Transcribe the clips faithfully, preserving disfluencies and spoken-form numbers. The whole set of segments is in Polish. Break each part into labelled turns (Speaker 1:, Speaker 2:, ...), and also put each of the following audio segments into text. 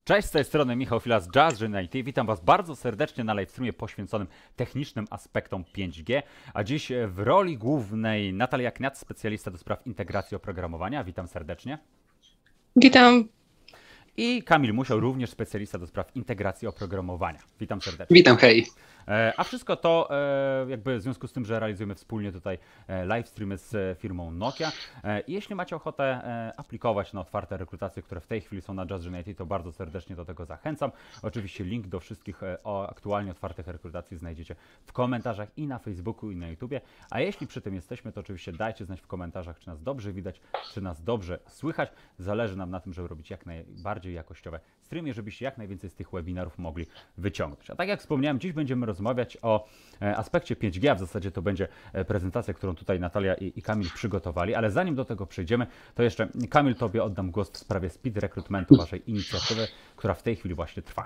Speaker 1: Cześć, z tej strony Michał Fila z JazzGen I T. Witam Was bardzo serdecznie na livestreamie poświęconym technicznym aspektom pięć G, a dziś w roli głównej Natalia Kniat, specjalista do spraw integracji oprogramowania. Witam serdecznie.
Speaker 2: Witam.
Speaker 1: I Kamil Musiał, również specjalista do spraw integracji oprogramowania. Witam serdecznie.
Speaker 3: Witam, hej.
Speaker 1: A wszystko to jakby w związku z tym, że realizujemy wspólnie tutaj livestreamy z firmą Nokia. I jeśli macie ochotę aplikować na otwarte rekrutacje, które w tej chwili są na JazzGen I T, to bardzo serdecznie do tego zachęcam. Oczywiście link do wszystkich aktualnie otwartych rekrutacji znajdziecie w komentarzach i na Facebooku, i na YouTubie. A jeśli przy tym jesteśmy, to oczywiście dajcie znać w komentarzach, czy nas dobrze widać, czy nas dobrze słychać. Zależy nam na tym, żeby robić jak najbardziej jakościowe streamy, żebyście jak najwięcej z tych webinarów mogli wyciągnąć. A tak jak wspomniałem, dziś będziemy rozmawiać o aspekcie pięć G, a w zasadzie to będzie prezentacja, którą tutaj Natalia i, i Kamil przygotowali, ale zanim do tego przejdziemy, to jeszcze Kamil, Tobie oddam głos w sprawie speed recruitmentu, Waszej inicjatywy, która w tej chwili właśnie trwa.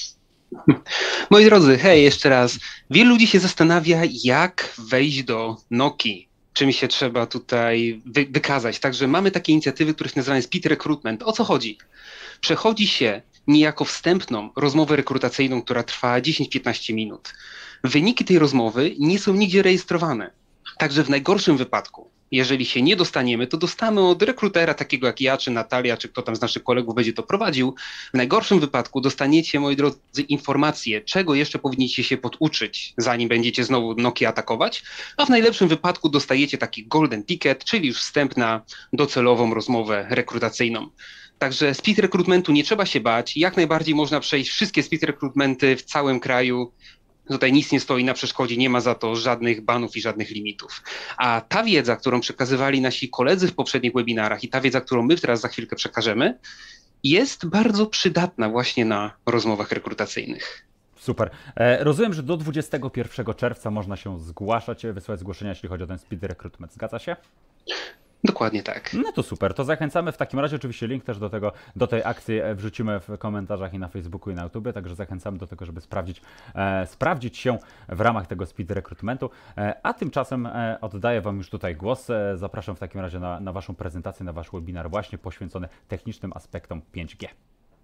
Speaker 3: Moi drodzy, hej, jeszcze raz. Wielu ludzi się zastanawia, jak wejść do Nokii, czym się trzeba tutaj wy wykazać. Także mamy takie inicjatywy, które są nazywane speed recruitment. O co chodzi? Przechodzi się niejako wstępną rozmowę rekrutacyjną, która trwa dziesięć do piętnastu minut. Wyniki tej rozmowy nie są nigdzie rejestrowane. Także w najgorszym wypadku, jeżeli się nie dostaniemy, to dostamy od rekrutera takiego jak ja, czy Natalia, czy kto tam z naszych kolegów będzie to prowadził. W najgorszym wypadku dostaniecie, moi drodzy, informacje, czego jeszcze powinniście się poduczyć, zanim będziecie znowu Nokia atakować, a w najlepszym wypadku dostajecie taki golden ticket, czyli już wstęp na docelową rozmowę rekrutacyjną. Także speed recruitmentu nie trzeba się bać, jak najbardziej można przejść wszystkie speed recruitmenty w całym kraju. Tutaj nic nie stoi na przeszkodzie, nie ma za to żadnych banów i żadnych limitów. A ta wiedza, którą przekazywali nasi koledzy w poprzednich webinarach i ta wiedza, którą my teraz za chwilkę przekażemy, jest bardzo przydatna właśnie na rozmowach rekrutacyjnych.
Speaker 1: Super. E, rozumiem, że do dwudziestego pierwszego czerwca można się zgłaszać, wysyłać zgłoszenia, jeśli chodzi o ten speed recruitment. Zgadza się?
Speaker 3: Dokładnie tak.
Speaker 1: No to super, to zachęcamy. W takim razie oczywiście link też do tego, do tej akcji wrzucimy w komentarzach i na Facebooku, i na YouTubie, także zachęcamy do tego, żeby sprawdzić, e, sprawdzić się w ramach tego speed recruitmentu. E, a tymczasem e, oddaję Wam już tutaj głos. E, zapraszam w takim razie na, na Waszą prezentację, na Wasz webinar właśnie poświęcony technicznym aspektom pięć G.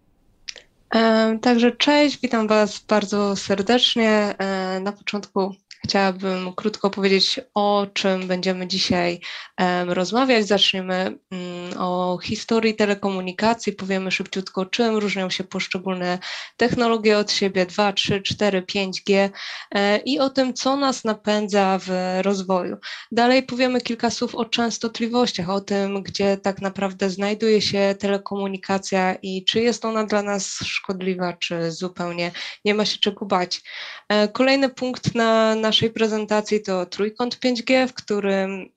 Speaker 2: E, także cześć, witam Was bardzo serdecznie. E, na początku chciałabym krótko powiedzieć, o czym będziemy dzisiaj um, rozmawiać. Zaczniemy um, o historii telekomunikacji, powiemy szybciutko, czym różnią się poszczególne technologie od siebie, dwa, trzy, cztery, pięć G e, i o tym, co nas napędza w rozwoju. Dalej powiemy kilka słów o częstotliwościach, o tym, gdzie tak naprawdę znajduje się telekomunikacja i czy jest ona dla nas szkodliwa, czy zupełnie nie ma się czego bać. E, kolejny punkt na naszej prezentacji to trójkąt pięć G, w którym,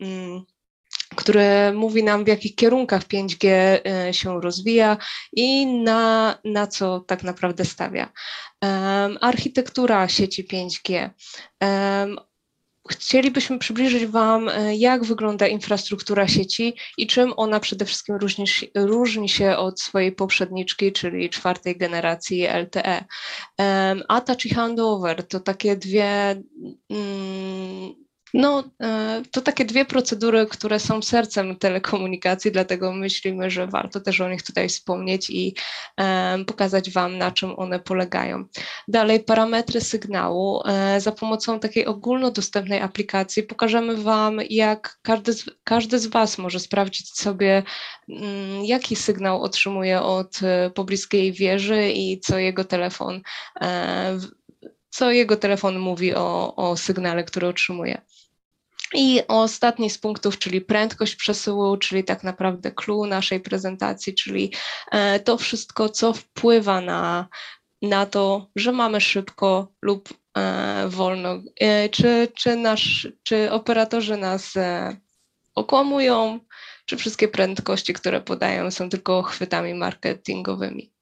Speaker 2: który mówi nam, w jakich kierunkach pięć G się rozwija i na, na co tak naprawdę stawia. Um, architektura sieci pięć G. Um, Chcielibyśmy przybliżyć Wam, jak wygląda infrastruktura sieci i czym ona przede wszystkim różni, różni się od swojej poprzedniczki, czyli czwartej generacji L T E. Um, Attach i handover to takie dwie... Mm, No, to takie dwie procedury, które są sercem telekomunikacji, dlatego myślimy, że warto też o nich tutaj wspomnieć i um, pokazać Wam, na czym one polegają. Dalej, parametry sygnału. Za pomocą takiej ogólnodostępnej aplikacji pokażemy Wam, jak każdy z, każdy z Was może sprawdzić sobie, um, jaki sygnał otrzymuje od pobliskiej wieży i co jego telefon, um, co jego telefon mówi o, o sygnale, który otrzymuje. I ostatni z punktów, czyli prędkość przesyłu, czyli tak naprawdę clue naszej prezentacji, czyli to wszystko, co wpływa na, na to, że mamy szybko lub e, wolno, e, czy, czy, nasz, czy operatorzy nas e, okłamują, czy wszystkie prędkości, które podają, są tylko chwytami marketingowymi.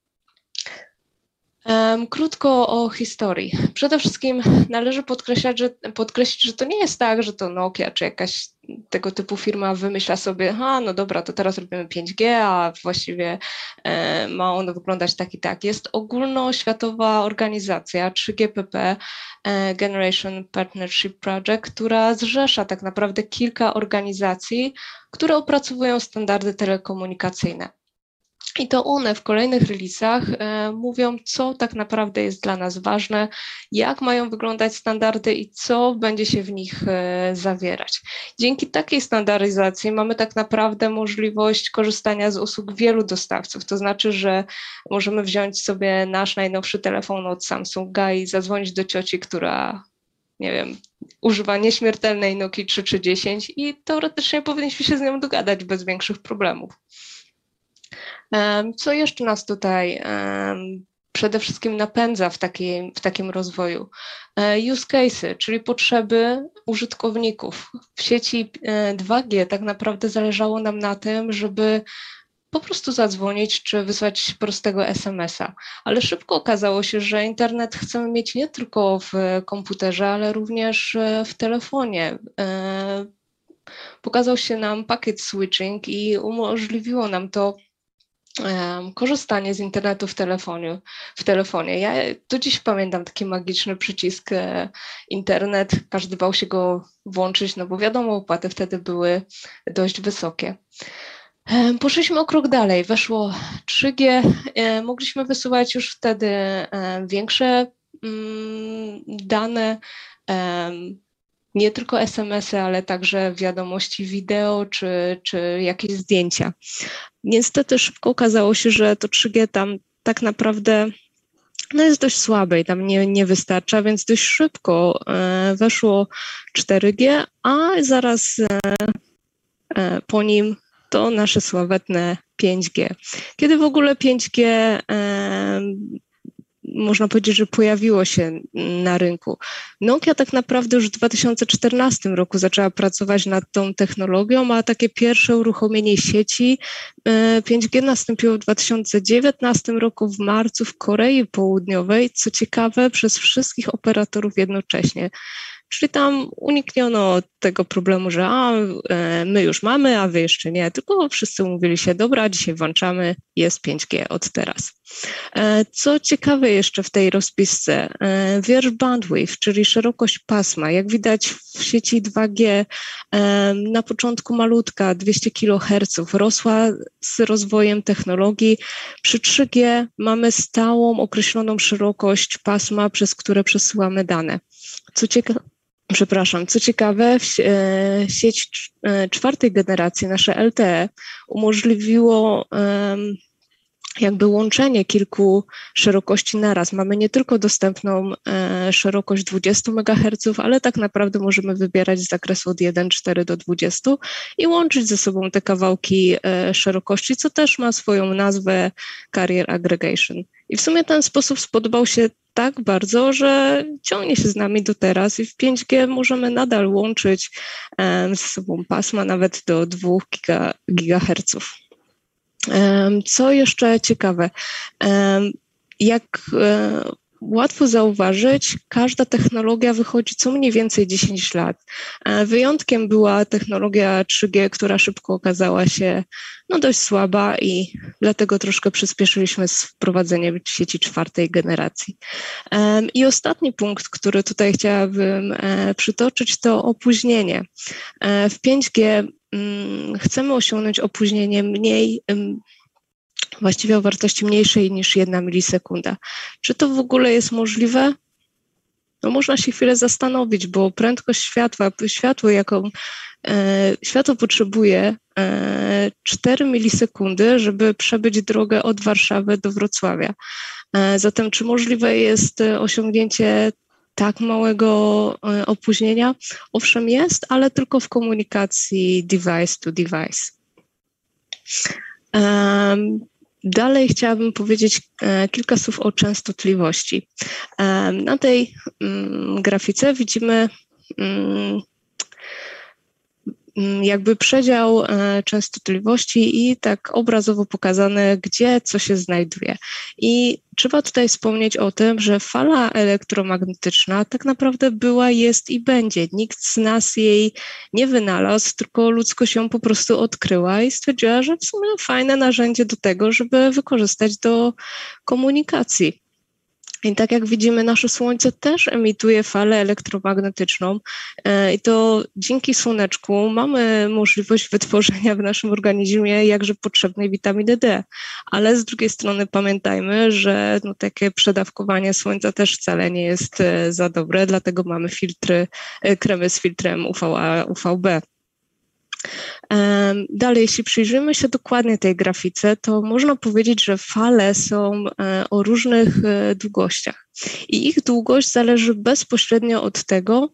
Speaker 2: Um, krótko o historii. Przede wszystkim należy podkreślać, że, podkreślić, że to nie jest tak, że to Nokia czy jakaś tego typu firma wymyśla sobie, a no dobra, to teraz robimy pięć G, a właściwie e, ma ono wyglądać tak i tak. Jest ogólnoświatowa organizacja trzy G P P, e, Generation Partnership Project, która zrzesza tak naprawdę kilka organizacji, które opracowują standardy telekomunikacyjne. I to one w kolejnych releasach e, mówią, co tak naprawdę jest dla nas ważne, jak mają wyglądać standardy i co będzie się w nich e, zawierać. Dzięki takiej standaryzacji mamy tak naprawdę możliwość korzystania z usług wielu dostawców. To znaczy, że możemy wziąć sobie nasz najnowszy telefon od Samsunga i zadzwonić do cioci, która, nie wiem, używa nieśmiertelnej Nokii trzy trzy dziesięć i teoretycznie powinniśmy się z nią dogadać bez większych problemów. Co jeszcze nas tutaj przede wszystkim napędza w, takiej, w takim rozwoju? Use cases, czyli potrzeby użytkowników. W sieci dwa G tak naprawdę zależało nam na tym, żeby po prostu zadzwonić czy wysłać prostego es em es a, ale szybko okazało się, że internet chcemy mieć nie tylko w komputerze, ale również w telefonie. Pokazał się nam pakiet switching i umożliwiło nam to korzystanie z internetu w telefonie. W telefonie. Ja do dziś pamiętam taki magiczny przycisk e, internet, każdy bał się go włączyć, no bo wiadomo, opłaty wtedy były dość wysokie. E, poszliśmy o krok dalej, weszło trzy G, e, mogliśmy wysyłać już wtedy e, większe mm, dane, e, nie tylko es em es y, ale także wiadomości wideo czy, czy jakieś zdjęcia. Niestety szybko okazało się, że to trzy G tam tak naprawdę no jest dość słabe i tam nie, nie wystarcza, więc dość szybko e, weszło cztery G, a zaraz e, e, po nim to nasze sławetne pięć G. Kiedy w ogóle pięć G e, można powiedzieć, że pojawiło się na rynku. Nokia tak naprawdę już w dwa tysiące czternastym roku zaczęła pracować nad tą technologią, a takie pierwsze uruchomienie sieci pięć G nastąpiło w dwa tysiące dziewiętnastym roku w marcu w Korei Południowej, co ciekawe przez wszystkich operatorów jednocześnie. Czyli tam unikniono tego problemu, że a, my już mamy, a wy jeszcze nie, tylko wszyscy umówili się, dobra, dzisiaj włączamy, jest pięć G od teraz. Co ciekawe jeszcze w tej rozpisce, wiersz bandwidth, czyli szerokość pasma, jak widać w sieci dwa G na początku malutka, dwieście kiloherców, rosła z rozwojem technologii. Przy trzy G mamy stałą, określoną szerokość pasma, przez które przesyłamy dane. Co ciekawe, Przepraszam, co ciekawe, sieć czwartej generacji, nasze L T E, umożliwiło jakby łączenie kilku szerokości naraz. Mamy nie tylko dostępną szerokość dwadzieścia megaherców, ale tak naprawdę możemy wybierać z zakresu od jeden przecinek cztery do dwudziestu i łączyć ze sobą te kawałki szerokości, co też ma swoją nazwę Carrier Aggregation. I w sumie ten sposób spodobał się tak bardzo, że ciągnie się z nami do teraz i w pięć G możemy nadal łączyć ze sobą pasma nawet do dwóch gigaherców. Co jeszcze ciekawe, jak łatwo zauważyć, każda technologia wychodzi co mniej więcej dziesięć lat. Wyjątkiem była technologia trzy G, która szybko okazała się no, dość słaba i dlatego troszkę przyspieszyliśmy z wprowadzeniem sieci czwartej generacji. I ostatni punkt, który tutaj chciałabym przytoczyć, to opóźnienie. W pięć G chcemy osiągnąć opóźnienie mniej, właściwie o wartości mniejszej niż jedna milisekunda. Czy to w ogóle jest możliwe? No można się chwilę zastanowić, bo prędkość światła, światło jaką e, światło potrzebuje e, cztery milisekundy, żeby przebyć drogę od Warszawy do Wrocławia. E, zatem czy możliwe jest osiągnięcie tak małego e, opóźnienia? Owszem jest, ale tylko w komunikacji device to device. Um, Dalej chciałabym powiedzieć e, kilka słów o częstotliwości. E, na tej mm, grafice widzimy mm, jakby przedział e, częstotliwości i tak obrazowo pokazane, gdzie co się znajduje. I trzeba tutaj wspomnieć o tym, że fala elektromagnetyczna tak naprawdę była, jest i będzie. Nikt z nas jej nie wynalazł, tylko ludzkość ją po prostu odkryła i stwierdziła, że w sumie fajne narzędzie do tego, żeby wykorzystać do komunikacji. I tak jak widzimy, nasze Słońce też emituje falę elektromagnetyczną i to dzięki Słoneczku mamy możliwość wytworzenia w naszym organizmie jakże potrzebnej witaminy D. Ale z drugiej strony pamiętajmy, że no takie przedawkowanie Słońca też wcale nie jest za dobre, dlatego mamy filtry, kremy z filtrem U V A, U V B. Dalej, jeśli przyjrzymy się dokładnie tej grafice, to można powiedzieć, że fale są o różnych długościach i ich długość zależy bezpośrednio od tego,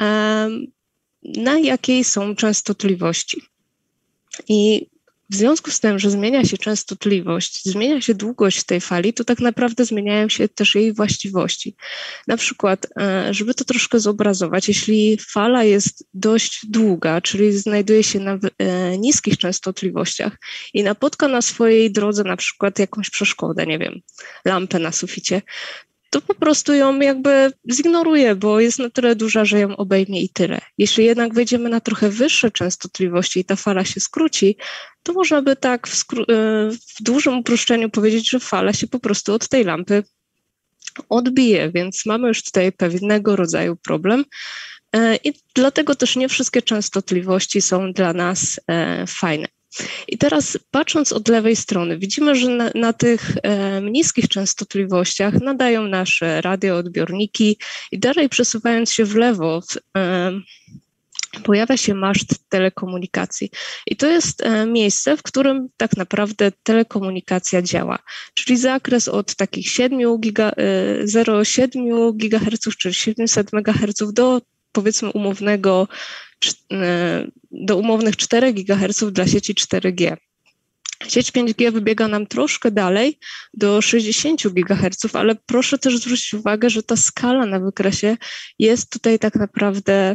Speaker 2: na jakiej są częstotliwości. I w związku z tym, że zmienia się częstotliwość, zmienia się długość tej fali, to tak naprawdę zmieniają się też jej właściwości. Na przykład, żeby to troszkę zobrazować, jeśli fala jest dość długa, czyli znajduje się na niskich częstotliwościach i napotka na swojej drodze na przykład jakąś przeszkodę, nie wiem, lampę na suficie, to po prostu ją jakby zignoruje, bo jest na tyle duża, że ją obejmie i tyle. Jeśli jednak wejdziemy na trochę wyższe częstotliwości i ta fala się skróci, to można by tak w, skró- w dużym uproszczeniu powiedzieć, że fala się po prostu od tej lampy odbije, więc mamy już tutaj pewnego rodzaju problem i dlatego też nie wszystkie częstotliwości są dla nas fajne. I teraz patrząc od lewej strony, widzimy, że na, na tych e, niskich częstotliwościach nadają nasze radioodbiorniki i dalej przesuwając się w lewo w, e, pojawia się maszt telekomunikacji. I to jest e, miejsce, w którym tak naprawdę telekomunikacja działa, czyli zakres od takich siedmiu giga, e, zero przecinek siedem gigaherców, czyli siedemset megaherców do powiedzmy umownego do umownych czterech gigaherców dla sieci cztery G. Sieć pięć G wybiega nam troszkę dalej do sześćdziesięciu gigaherców, ale proszę też zwrócić uwagę, że ta skala na wykresie jest tutaj tak naprawdę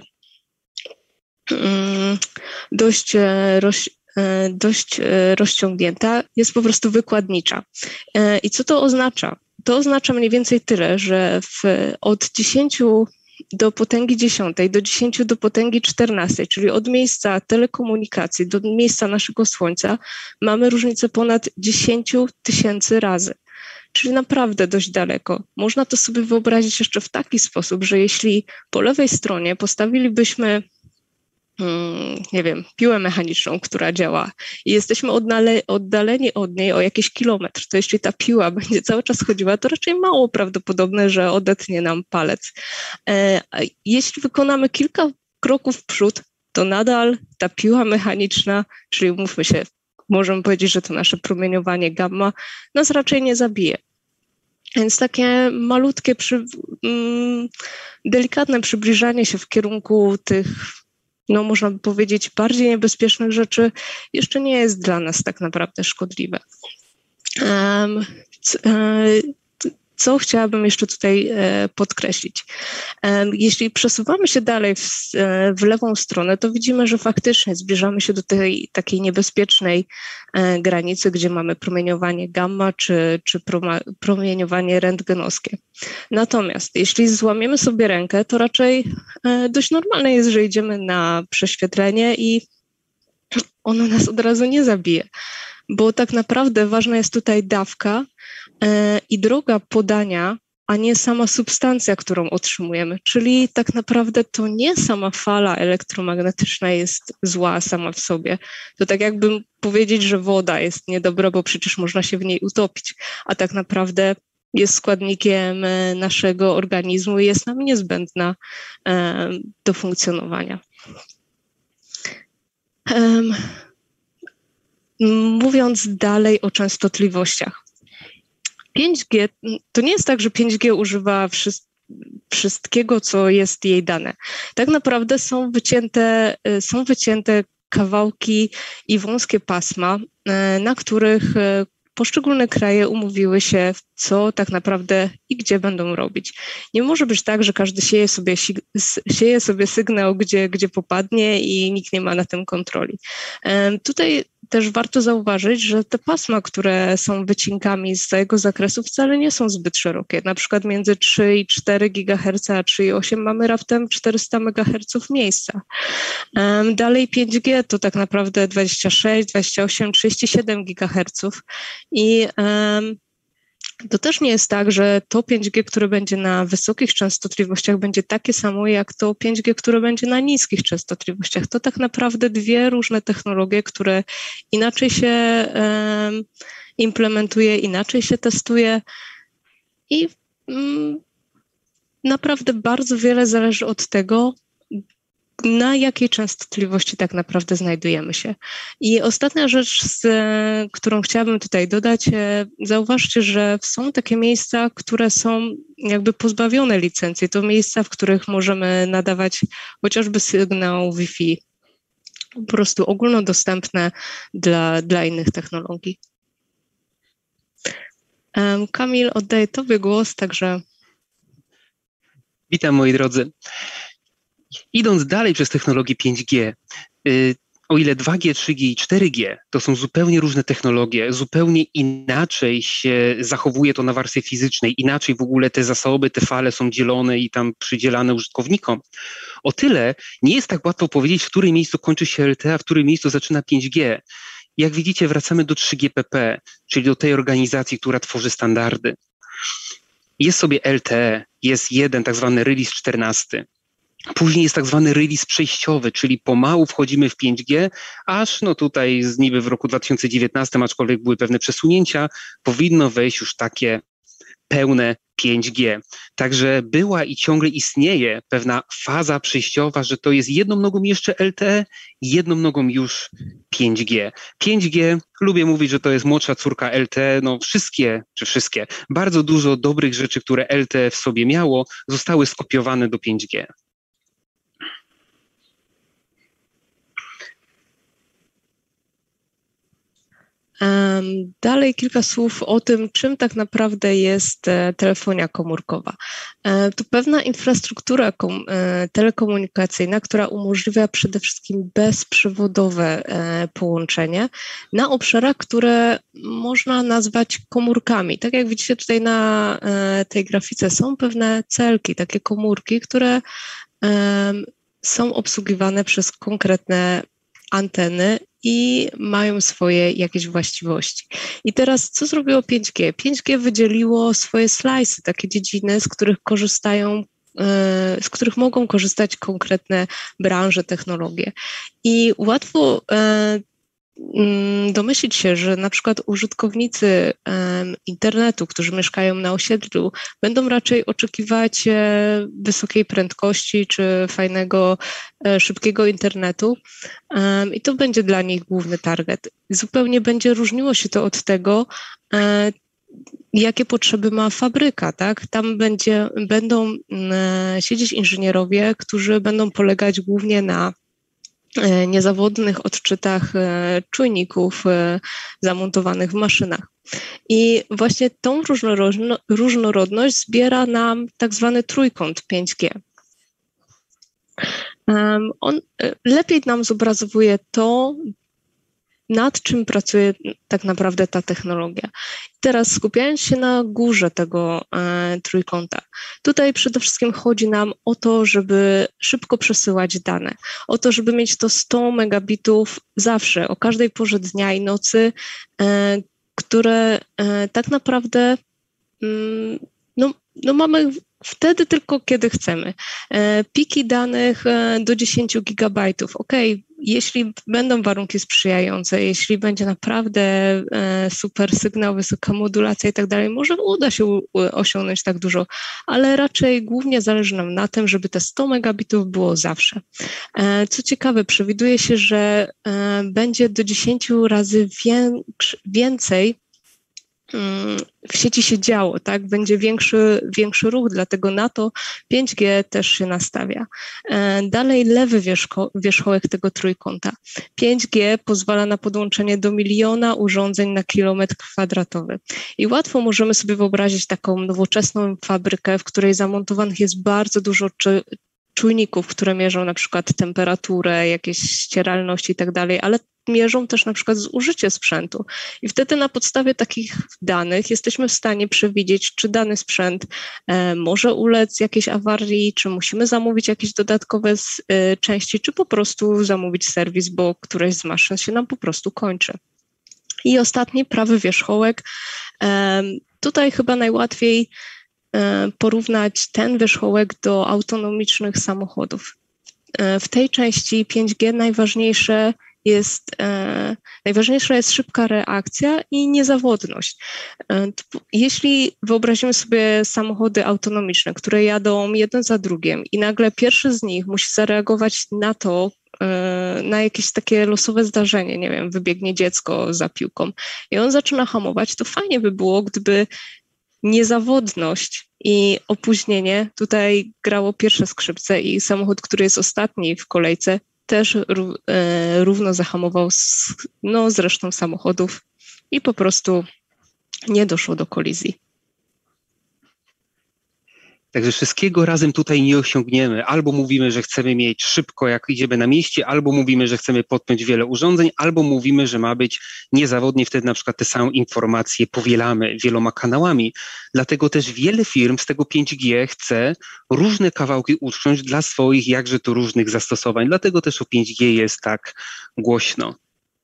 Speaker 2: um, dość, roz, dość rozciągnięta, jest po prostu wykładnicza. I co to oznacza? To oznacza mniej więcej tyle, że w, od dziesięciu do potęgi dziesiątej, do dziesięciu do potęgi czternastej, czyli od miejsca telekomunikacji do miejsca naszego Słońca, mamy różnicę ponad dziesięć tysięcy razy, czyli naprawdę dość daleko. Można to sobie wyobrazić jeszcze w taki sposób, że jeśli po lewej stronie postawilibyśmy nie wiem, piłę mechaniczną, która działa i jesteśmy oddale, oddaleni od niej o jakiś kilometr, to jeśli ta piła będzie cały czas chodziła, to raczej mało prawdopodobne, że odetnie nam palec. E, jeśli wykonamy kilka kroków w przód, to nadal ta piła mechaniczna, czyli umówmy się, możemy powiedzieć, że to nasze promieniowanie gamma, nas raczej nie zabije. Więc takie malutkie, przy, mm, delikatne przybliżanie się w kierunku tych, no można by powiedzieć, bardziej niebezpiecznych rzeczy jeszcze nie jest dla nas tak naprawdę szkodliwe. Um, c, e, co chciałabym jeszcze tutaj e, podkreślić? E, jeśli przesuwamy się dalej w, e, w lewą stronę, to widzimy, że faktycznie zbliżamy się do tej takiej niebezpiecznej e, granicy, gdzie mamy promieniowanie gamma czy, czy proma, promieniowanie rentgenowskie. Natomiast jeśli złamiemy sobie rękę, to raczej e, dość normalne jest, że idziemy na prześwietlenie i ono nas od razu nie zabije, bo tak naprawdę ważna jest tutaj dawka e, i droga podania, a nie sama substancja, którą otrzymujemy. Czyli tak naprawdę to nie sama fala elektromagnetyczna jest zła sama w sobie. To tak jakbym powiedzieć, że woda jest niedobra, bo przecież można się w niej utopić, a tak naprawdę jest składnikiem naszego organizmu i jest nam niezbędna e, do funkcjonowania. Um, Mówiąc dalej o częstotliwościach. pięć G to nie jest tak, że pięć G używa wszystkiego, co jest jej dane. Tak naprawdę są wycięte, są wycięte kawałki i wąskie pasma, na których poszczególne kraje umówiły się, co tak naprawdę i gdzie będą robić. Nie może być tak, że każdy sieje sobie, sieje sobie sygnał, gdzie, gdzie popadnie i nikt nie ma na tym kontroli. Tutaj też warto zauważyć, że te pasma, które są wycinkami z całego zakresu, wcale nie są zbyt szerokie. Na przykład między trzy i cztery gigaherca a trzy i osiem mamy raptem czterysta megaherców miejsca. Dalej pięć G to tak naprawdę dwadzieścia sześć, dwadzieścia osiem, trzydzieści siedem gigaherców i um, to też nie jest tak, że to pięć G, które będzie na wysokich częstotliwościach, będzie takie samo jak to pięć G, które będzie na niskich częstotliwościach. To tak naprawdę dwie różne technologie, które inaczej się um, implementuje, inaczej się testuje i um, naprawdę bardzo wiele zależy od tego, na jakiej częstotliwości tak naprawdę znajdujemy się. I ostatnia rzecz, z, którą chciałabym tutaj dodać, zauważcie, że są takie miejsca, które są jakby pozbawione licencji. To miejsca, w których możemy nadawać chociażby sygnał Wi-Fi, po prostu ogólnodostępne dla, dla innych technologii. Kamil, oddaję Tobie głos, także...
Speaker 3: Witam, moi drodzy. Idąc dalej przez technologię pięć G, yy, o ile dwa G, trzy G i cztery G to są zupełnie różne technologie, zupełnie inaczej się zachowuje to na warstwie fizycznej, inaczej w ogóle te zasoby, te fale są dzielone i tam przydzielane użytkownikom, o tyle nie jest tak łatwo powiedzieć, w którym miejscu kończy się L T E, a w którym miejscu zaczyna pięć G. Jak widzicie, wracamy do trzy G P P, czyli do tej organizacji, która tworzy standardy. Jest sobie L T E, jest jeden tak zwany release czternasty. Później jest tak zwany release przejściowy, czyli pomału wchodzimy w pięć G, aż no tutaj z niby w roku dwa tysiące dziewiętnastym, aczkolwiek były pewne przesunięcia, powinno wejść już takie pełne pięć G. Także była i ciągle istnieje pewna faza przejściowa, że to jest jedną nogą jeszcze L T E, jedną nogą już pięć G. pięć G, lubię mówić, że to jest młodsza córka L T E, no wszystkie, czy wszystkie, bardzo dużo dobrych rzeczy, które L T E w sobie miało, zostały skopiowane do pięć G.
Speaker 2: Dalej kilka słów o tym, czym tak naprawdę jest telefonia komórkowa. To pewna infrastruktura telekomunikacyjna, która umożliwia przede wszystkim bezprzewodowe połączenie na obszarach, które można nazwać komórkami. Tak jak widzicie tutaj na tej grafice, są pewne celki, takie komórki, które są obsługiwane przez konkretne anteny i mają swoje jakieś właściwości. I teraz co zrobiło pięć G? pięć G wydzieliło swoje slice'y, takie dziedziny, z których korzystają, z których mogą korzystać konkretne branże, technologie. I łatwo domyślić się, że na przykład użytkownicy internetu, którzy mieszkają na osiedlu, będą raczej oczekiwać wysokiej prędkości czy fajnego, szybkiego internetu i to będzie dla nich główny target. Zupełnie będzie różniło się to od tego, jakie potrzeby ma fabryka, tak? Tam będzie, będą siedzieć inżynierowie, którzy będą polegać głównie na niezawodnych odczytach czujników zamontowanych w maszynach. I właśnie tą różnorodność zbiera nam tak zwany trójkąt pięć G. On lepiej nam zobrazuje to, nad czym pracuje tak naprawdę ta technologia. Teraz skupiając się na górze tego e, trójkąta, tutaj przede wszystkim chodzi nam o to, żeby szybko przesyłać dane, o to, żeby mieć to sto megabitów zawsze, o każdej porze dnia i nocy, e, które e, tak naprawdę mm, no, no mamy wtedy tylko, kiedy chcemy. E, piki danych e, do dziesięć gigabajtów. Ok, jeśli będą warunki sprzyjające, jeśli będzie naprawdę e, super sygnał, wysoka modulacja i tak dalej, może uda się u, osiągnąć tak dużo, ale raczej głównie zależy nam na tym, żeby te sto megabitów było zawsze. E, co ciekawe, przewiduje się, że e, będzie do dziesięciu razy większy, więcej w sieci się działo, tak? Będzie większy, większy ruch, dlatego na to pięć G też się nastawia. Dalej lewy wierzcho, wierzchołek tego trójkąta. pięć G pozwala na podłączenie do miliona urządzeń na kilometr kwadratowy. I łatwo możemy sobie wyobrazić taką nowoczesną fabrykę, w której zamontowanych jest bardzo dużo czy czujników, które mierzą na przykład temperaturę, jakieś ścieralności i tak dalej, ale mierzą też na przykład zużycie sprzętu. I wtedy na podstawie takich danych jesteśmy w stanie przewidzieć, czy dany sprzęt e, może ulec jakiejś awarii, czy musimy zamówić jakieś dodatkowe z, e, części, czy po prostu zamówić serwis, bo któreś z maszyn się nam po prostu kończy. I ostatni, prawy wierzchołek, e, tutaj chyba najłatwiej porównać ten wierzchołek do autonomicznych samochodów. W tej części pięć G najważniejsze jest, najważniejsza jest szybka reakcja i niezawodność. Jeśli wyobrazimy sobie samochody autonomiczne, które jadą jeden za drugim i nagle pierwszy z nich musi zareagować na to, na jakieś takie losowe zdarzenie, nie wiem, wybiegnie dziecko za piłką i on zaczyna hamować, to fajnie by było, gdyby niezawodność i opóźnienie tutaj grało pierwsze skrzypce i samochód, który jest ostatni w kolejce, też równo zahamował z, no, z resztą samochodów i po prostu nie doszło do kolizji.
Speaker 3: Także wszystkiego razem tutaj nie osiągniemy. Albo mówimy, że chcemy mieć szybko, jak idziemy na mieście, albo mówimy, że chcemy podpiąć wiele urządzeń, albo mówimy, że ma być niezawodnie, wtedy na przykład te same informacje powielamy wieloma kanałami. Dlatego też wiele firm z tego pięć G chce różne kawałki utknąć dla swoich jakże to różnych zastosowań. Dlatego też o pięć G jest tak głośno.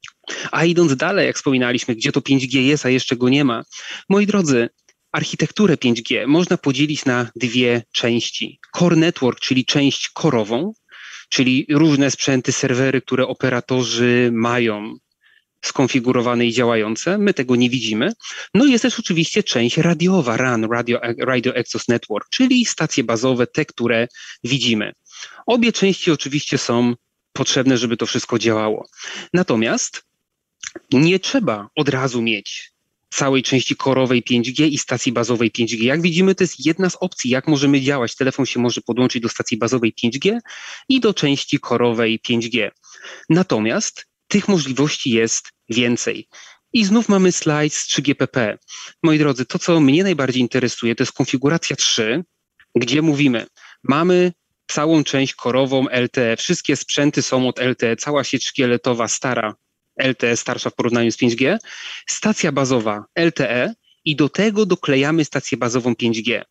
Speaker 3: A idąc dalej, jak wspominaliśmy, gdzie to pięć G jest, a jeszcze go nie ma. Moi drodzy, architekturę pięć G można podzielić na dwie części. Core Network, czyli część korową, czyli różne sprzęty, serwery, które operatorzy mają skonfigurowane i działające. My tego nie widzimy. No i jest też oczywiście część radiowa, R A N, Radio, Radio Access Network, czyli stacje bazowe, te, które widzimy. Obie części oczywiście są potrzebne, żeby to wszystko działało. Natomiast nie trzeba od razu mieć całej części korowej pięć G i stacji bazowej pięć G. Jak widzimy, to jest jedna z opcji, jak możemy działać. Telefon się może podłączyć do stacji bazowej pięć G i do części korowej pięć G. Natomiast tych możliwości jest więcej. I znów mamy slajd z trzy G P P. Moi drodzy, to co mnie najbardziej interesuje, to jest konfiguracja trzy, gdzie mówimy, mamy całą część korową L T E, wszystkie sprzęty są od L T E, cała sieć szkieletowa stara, L T E starsza w porównaniu z pięć G, stacja bazowa L T E i do tego doklejamy stację bazową pięć G.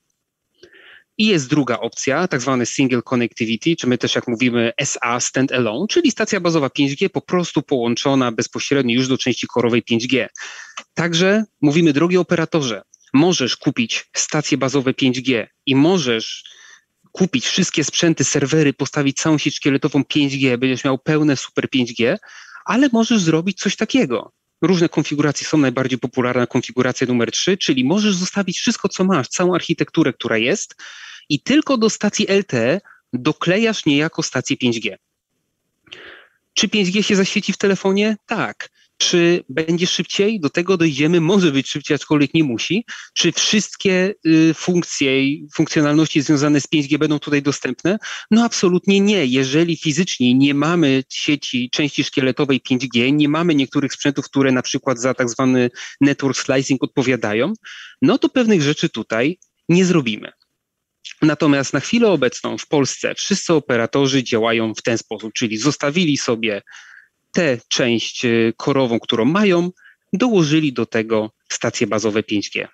Speaker 3: I jest druga opcja, tak zwane Single Connectivity, czy my też jak mówimy S A, Standalone, czyli stacja bazowa pięć G po prostu połączona bezpośrednio już do części korowej pięć G. Także mówimy, drogi operatorze, możesz kupić stacje bazowe pięć G i możesz kupić wszystkie sprzęty, serwery, postawić całą sieć szkieletową pięć G, będziesz miał pełne super pięć G, ale możesz zrobić coś takiego. Różne konfiguracje są, najbardziej popularna konfiguracja numer trzy, czyli możesz zostawić wszystko, co masz, całą architekturę, która jest i tylko do stacji L T E doklejasz niejako stację pięć G. Czy pięć G się zaświeci w telefonie? Tak. Czy będzie szybciej? Do tego dojdziemy. Może być szybciej, aczkolwiek nie musi. Czy wszystkie y, funkcje i funkcjonalności związane z pięć G będą tutaj dostępne? No absolutnie nie. Jeżeli fizycznie nie mamy sieci części szkieletowej pięć G, nie mamy niektórych sprzętów, które na przykład za tak zwany network slicing odpowiadają, no to pewnych rzeczy tutaj nie zrobimy. Natomiast na chwilę obecną w Polsce wszyscy operatorzy działają w ten sposób, czyli zostawili sobie tę część korową, którą mają, dołożyli do tego stacje bazowe pięć G.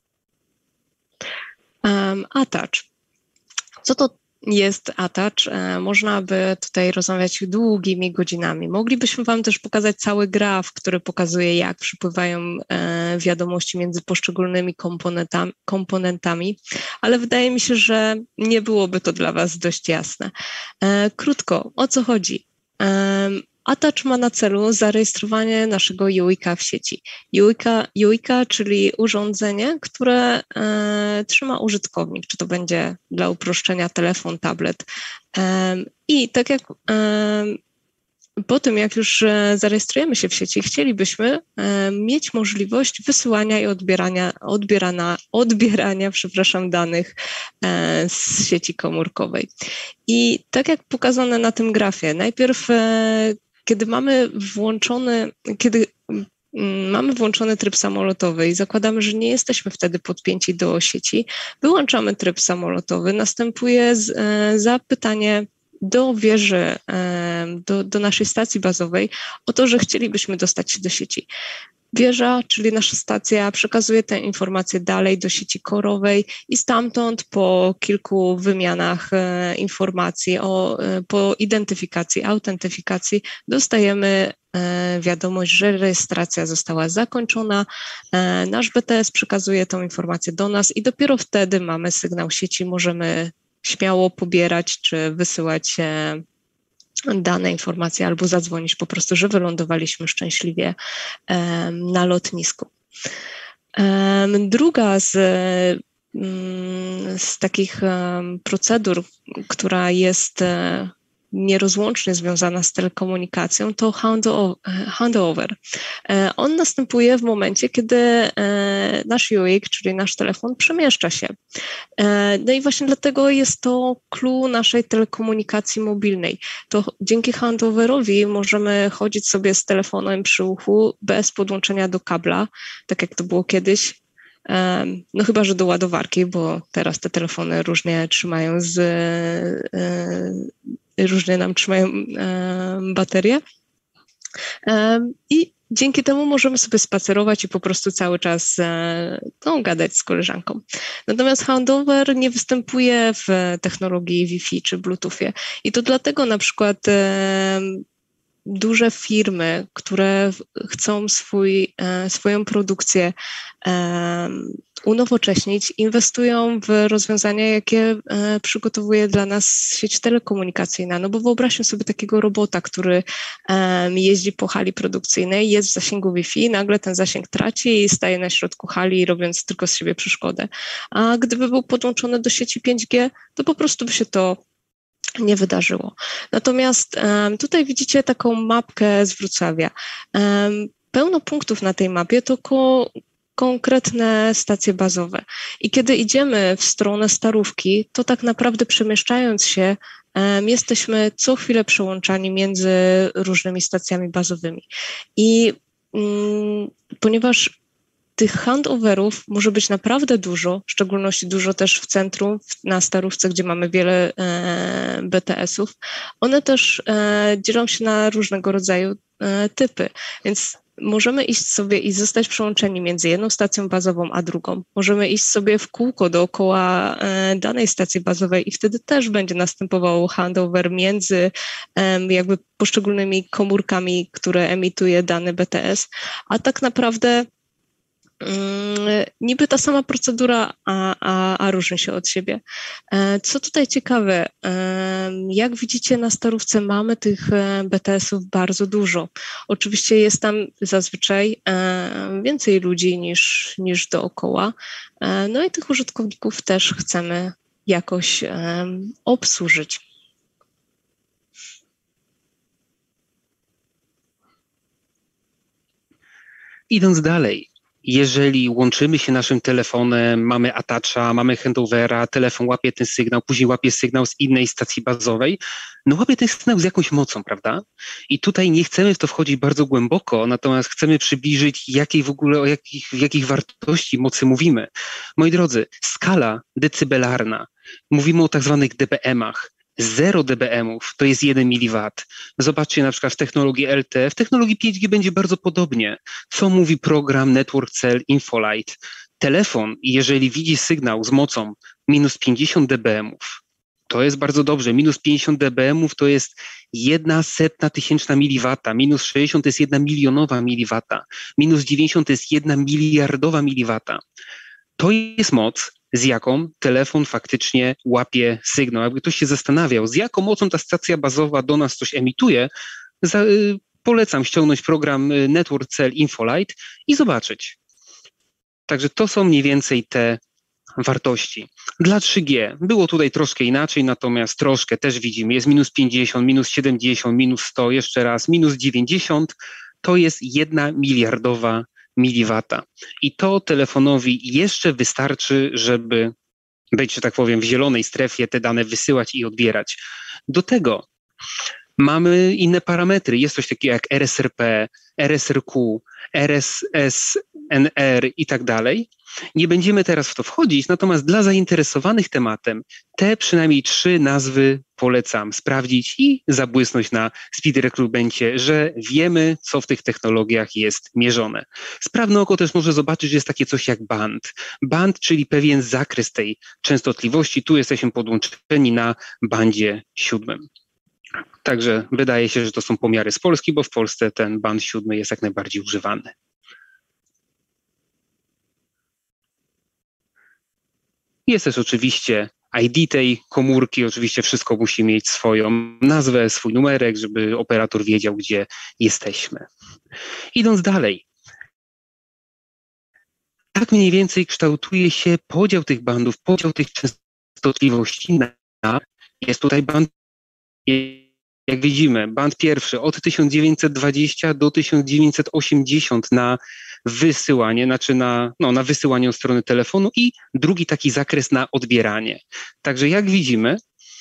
Speaker 2: Um, Attach. Co to jest Attach? E, można by tutaj rozmawiać długimi godzinami. Moglibyśmy Wam też pokazać cały graf, który pokazuje, jak przepływają e, wiadomości między poszczególnymi komponentami, komponentami, ale wydaje mi się, że nie byłoby to dla Was dość jasne. E, krótko, o co chodzi? E, Attach ma na celu zarejestrowanie naszego U I K w sieci. U I K, U I K, czyli urządzenie, które e, trzyma użytkownik, czy to będzie dla uproszczenia telefon, tablet. E, I tak jak e, po tym, jak już zarejestrujemy się w sieci, chcielibyśmy e, mieć możliwość wysyłania i odbierania, odbierania, odbierania przepraszam, danych e, z sieci komórkowej. I tak jak pokazane na tym grafie, najpierw e, Kiedy mamy włączony, kiedy mamy włączony tryb samolotowy i zakładamy, że nie jesteśmy wtedy podpięci do sieci, wyłączamy tryb samolotowy, następuje z, e, zapytanie do wieży, e, do, do naszej stacji bazowej o to, że chcielibyśmy dostać się do sieci. Wieża, czyli nasza stacja, przekazuje te informacje dalej do sieci korowej i stamtąd po kilku wymianach e, informacji, o, e, po identyfikacji, autentyfikacji dostajemy e, wiadomość, że rejestracja została zakończona. E, nasz B T S przekazuje tą informację do nas i dopiero wtedy mamy sygnał sieci, możemy śmiało pobierać czy wysyłać e, dane informacje albo zadzwonić po prostu, że wylądowaliśmy szczęśliwie na lotnisku. Druga z, z takich procedur, która jest nierozłącznie związana z telekomunikacją, to handover. On następuje w momencie, kiedy nasz U X, czyli nasz telefon, przemieszcza się. No i właśnie dlatego jest to clue naszej telekomunikacji mobilnej. To dzięki handoverowi możemy chodzić sobie z telefonem przy uchu bez podłączenia do kabla, tak jak to było kiedyś. No chyba, że do ładowarki, bo teraz te telefony różnie trzymają z różnie nam trzymają baterie. I dzięki temu możemy sobie spacerować i po prostu cały czas no, gadać z koleżanką. Natomiast handover nie występuje w technologii Wi-Fi czy Bluetoothie. I to dlatego na przykład duże firmy, które chcą swój, swoją produkcję unowocześnić, inwestują w rozwiązania, jakie przygotowuje dla nas sieć telekomunikacyjna. No bo wyobraźmy sobie takiego robota, który jeździ po hali produkcyjnej, jest w zasięgu Wi-Fi, nagle ten zasięg traci i staje na środku hali, robiąc tylko z siebie przeszkodę. A gdyby był podłączony do sieci pięć G, to po prostu by się to nie wydarzyło. Natomiast um, tutaj widzicie taką mapkę z Wrocławia. Um, pełno punktów na tej mapie to ko konkretne stacje bazowe. I kiedy idziemy w stronę Starówki, to tak naprawdę przemieszczając się, um, jesteśmy co chwilę przełączani między różnymi stacjami bazowymi. I um, ponieważ tych handoverów może być naprawdę dużo, w szczególności dużo też w centrum, na Starówce, gdzie mamy wiele e, B T S-ów. One też e, dzielą się na różnego rodzaju e, typy, więc możemy iść sobie i zostać przełączeni między jedną stacją bazową a drugą. Możemy iść sobie w kółko dookoła e, danej stacji bazowej i wtedy też będzie następował handover między e, jakby poszczególnymi komórkami, które emituje dany B T S, a tak naprawdę niby ta sama procedura, a, a, a różni się od siebie. Co tutaj ciekawe, jak widzicie na Starówce mamy tych B T S-ów bardzo dużo. Oczywiście jest tam zazwyczaj więcej ludzi niż, niż dookoła, no i tych użytkowników też chcemy jakoś obsłużyć.
Speaker 3: Idąc dalej, jeżeli łączymy się naszym telefonem, mamy Atacha, mamy handovera, telefon łapie ten sygnał, później łapie sygnał z innej stacji bazowej, no łapie ten sygnał z jakąś mocą, prawda? I tutaj nie chcemy w to wchodzić bardzo głęboko, natomiast chcemy przybliżyć, jakiej w ogóle, o jakich, jakich wartości mocy mówimy. Moi drodzy, skala decybelarna, mówimy o tak zwanych D B M-ach. zero D B M-ów to jest jeden miliwat. Zobaczcie na przykład w technologii L T E, w technologii pięć G będzie bardzo podobnie. Co mówi program Network Cell Infolight? Telefon, jeżeli widzi sygnał z mocą minus pięćdziesiąt D B M-ów, to jest bardzo dobrze. Minus pięćdziesiąt D B M-ów to jest jedna setna tysięczna miliwata, minus sześćdziesiąt to jest jedna milionowa miliwata, minus dziewięćdziesiąt to jest jedna miliardowa miliwata. To jest moc, z jaką telefon faktycznie łapie sygnał. Jakby ktoś się zastanawiał, z jaką mocą ta stacja bazowa do nas coś emituje, za, y, polecam ściągnąć program Network Cell Infolight i zobaczyć. Także to są mniej więcej te wartości. Dla trzy G było tutaj troszkę inaczej, natomiast troszkę też widzimy, jest minus pięćdziesiąt, minus siedemdziesiąt, minus sto, jeszcze raz, minus dziewięćdziesiąt, to jest jedna miliardowa miliwata. I to telefonowi jeszcze wystarczy, żeby być, że tak powiem, w zielonej strefie, te dane wysyłać i odbierać. Do tego mamy inne parametry. Jest coś takiego jak R S R P, R S R Q, R S S N R i tak dalej. Nie będziemy teraz w to wchodzić, natomiast dla zainteresowanych tematem te przynajmniej trzy nazwy polecam sprawdzić i zabłysnąć na Speedy Recruitmencie, że wiemy, co w tych technologiach jest mierzone. Sprawne oko też może zobaczyć, że jest takie coś jak band. Band, czyli pewien zakres tej częstotliwości. Tu jesteśmy podłączeni na bandzie siódmym. Także wydaje się, że to są pomiary z Polski, bo w Polsce ten band siódmy jest jak najbardziej używany. Jest też oczywiście I D tej komórki, oczywiście wszystko musi mieć swoją nazwę, swój numerek, żeby operator wiedział, gdzie jesteśmy. Idąc dalej. Tak mniej więcej kształtuje się podział tych bandów, podział tych częstotliwości na, jest tutaj band, jak widzimy, band pierwszy od tysiąc dziewięćset dwadzieścia do tysiąc dziewięćset osiemdziesiąt na wysyłanie, znaczy na, no, na wysyłanie od strony telefonu i drugi taki zakres na odbieranie. Także jak widzimy,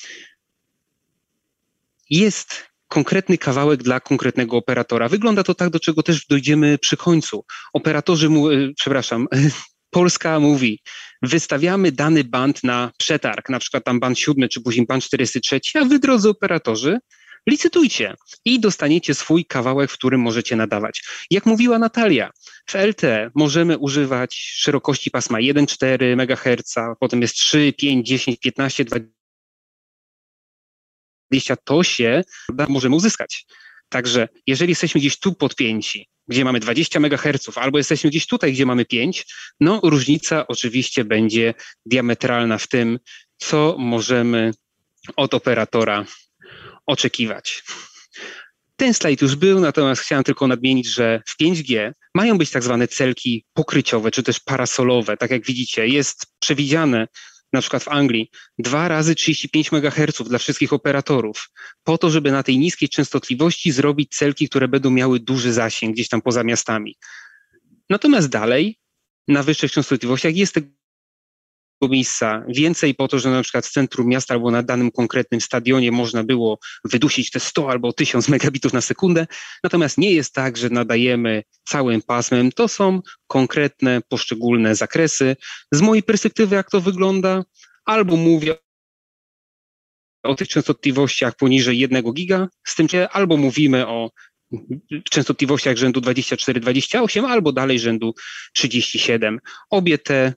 Speaker 3: jest konkretny kawałek dla konkretnego operatora. Wygląda to tak, do czego też dojdziemy przy końcu. Operatorzy, mu, przepraszam, Polska mówi, wystawiamy dany band na przetarg, na przykład tam band siódmy czy później band czterdzieści trzy, a wy, drodzy operatorzy, licytujcie i dostaniecie swój kawałek, w którym możecie nadawać. Jak mówiła Natalia, w L T E możemy używać szerokości pasma jeden przecinek cztery megaherca, potem jest trzy, pięć, dziesięć, piętnaście, dwadzieścia, to się możemy uzyskać. Także jeżeli jesteśmy gdzieś tu podpięci, gdzie mamy dwadzieścia megaherców, albo jesteśmy gdzieś tutaj, gdzie mamy pięć, no różnica oczywiście będzie diametralna w tym, co możemy od operatora oczekiwać. Ten slajd już był, natomiast chciałem tylko nadmienić, że w pięć G mają być tak zwane celki pokryciowe, czy też parasolowe. Tak jak widzicie, jest przewidziane na przykład w Anglii dwa razy trzydzieści pięć megaherców dla wszystkich operatorów, po to, żeby na tej niskiej częstotliwości zrobić celki, które będą miały duży zasięg gdzieś tam poza miastami. Natomiast dalej, na wyższych częstotliwościach jest tego miejsca więcej po to, że na przykład w centrum miasta albo na danym konkretnym stadionie można było wydusić te sto albo tysiąc megabitów na sekundę. Natomiast nie jest tak, że nadajemy całym pasmem. To są konkretne, poszczególne zakresy. Z mojej perspektywy, jak to wygląda, albo mówię o tych częstotliwościach poniżej jednego giga, z tym, że albo mówimy o częstotliwościach rzędu dwadzieścia cztery dwadzieścia osiem, albo dalej rzędu trzydzieści siedem. Obie te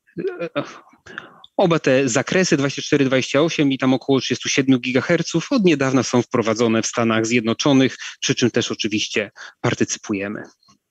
Speaker 3: Oba te zakresy dwadzieścia cztery dwadzieścia osiem i tam około trzydzieści siedem gigaherców od niedawna są wprowadzone w Stanach Zjednoczonych, przy czym też oczywiście partycypujemy.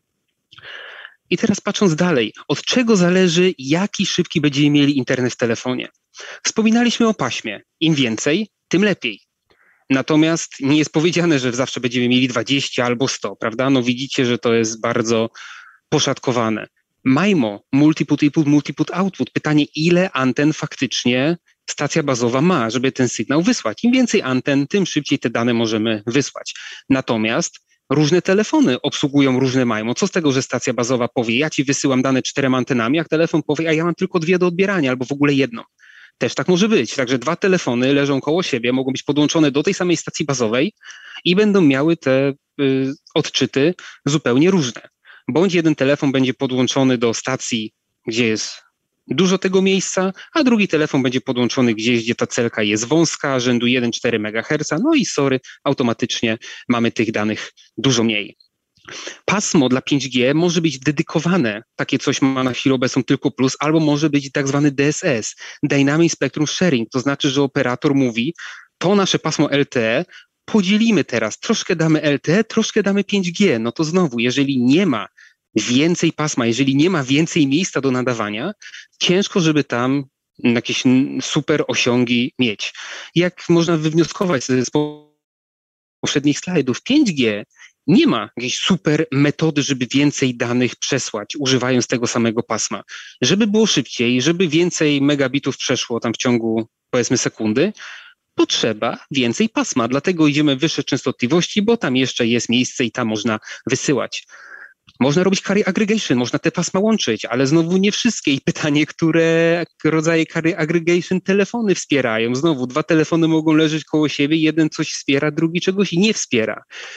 Speaker 3: I teraz patrząc dalej, od czego zależy, jaki szybki będziemy mieli internet w telefonie? Wspominaliśmy o paśmie. Im więcej, tym lepiej. Natomiast nie jest powiedziane, że zawsze będziemy mieli dwadzieścia albo sto, prawda? No widzicie, że to jest bardzo poszatkowane. MIMO, multiput input, multiput output. Pytanie, ile anten faktycznie stacja bazowa ma, żeby ten sygnał wysłać. Im więcej anten, tym szybciej te dane możemy wysłać. Natomiast różne telefony obsługują różne MIMO. Co z tego, że stacja bazowa powie, ja ci wysyłam dane czterema antenami, jak telefon powie, a ja mam tylko dwie do odbierania albo w ogóle jedną. Też tak może być. Także dwa telefony leżą koło siebie, mogą być podłączone do tej samej stacji bazowej i będą miały te y, odczyty zupełnie różne. Bądź jeden telefon będzie podłączony do stacji, gdzie jest dużo tego miejsca, a drugi telefon będzie podłączony gdzieś, gdzie ta celka jest wąska, rzędu jeden przecinek cztery megaherca, no i sorry, automatycznie mamy tych danych dużo mniej. Pasmo dla pięć G może być dedykowane, takie coś ma na chwilę obecną tylko plus, albo może być tak zwany D S S, Dynamic Spectrum Sharing, to znaczy, że operator mówi, to nasze pasmo L T E podzielimy teraz, troszkę damy L T E, troszkę damy pięć G, no to znowu, jeżeli nie ma więcej pasma, jeżeli nie ma więcej miejsca do nadawania, ciężko, żeby tam jakieś super osiągi mieć. Jak można wywnioskować z poprzednich slajdów, pięć G nie ma jakiejś super metody, żeby więcej danych przesłać, używając tego samego pasma. Żeby było szybciej, żeby więcej megabitów przeszło tam w ciągu, powiedzmy, sekundy, potrzeba więcej pasma, dlatego idziemy w wyższe częstotliwości, bo tam jeszcze jest miejsce i tam można wysyłać. Można robić carrier aggregation, można te pasma łączyć, ale znowu nie wszystkie. I pytanie, które rodzaje carrier aggregation telefony wspierają. Znowu dwa telefony mogą leżeć koło siebie, jeden coś wspiera, drugi czegoś nie wspiera.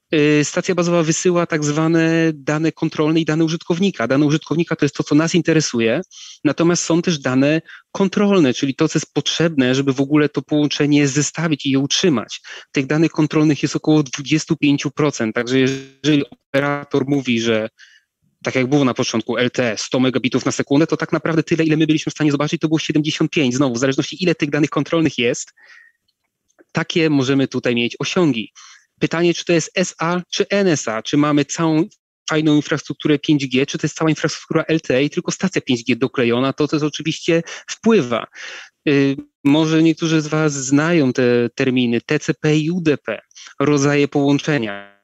Speaker 3: Stacja bazowa wysyła tak zwane dane kontrolne i dane użytkownika. Dane użytkownika to jest to, co nas interesuje, natomiast są też dane kontrolne, czyli to, co jest potrzebne, żeby w ogóle to połączenie zestawić i je utrzymać. Tych danych kontrolnych jest około dwadzieścia pięć procent, także jeżeli operator mówi, że tak jak było na początku L T E sto megabitów na sekundę, to tak naprawdę tyle, ile my byliśmy w stanie zobaczyć, to było siedemdziesiąt pięć. Znowu, w zależności ile tych danych kontrolnych jest, takie możemy tutaj mieć osiągi. Pytanie, czy to jest S A czy N S A, czy mamy całą fajną infrastrukturę pięć G, czy to jest cała infrastruktura L T E i tylko stacja pięć G doklejona, to też oczywiście wpływa. Yy, może niektórzy z Was znają te terminy T C P i U D P, rodzaje połączenia.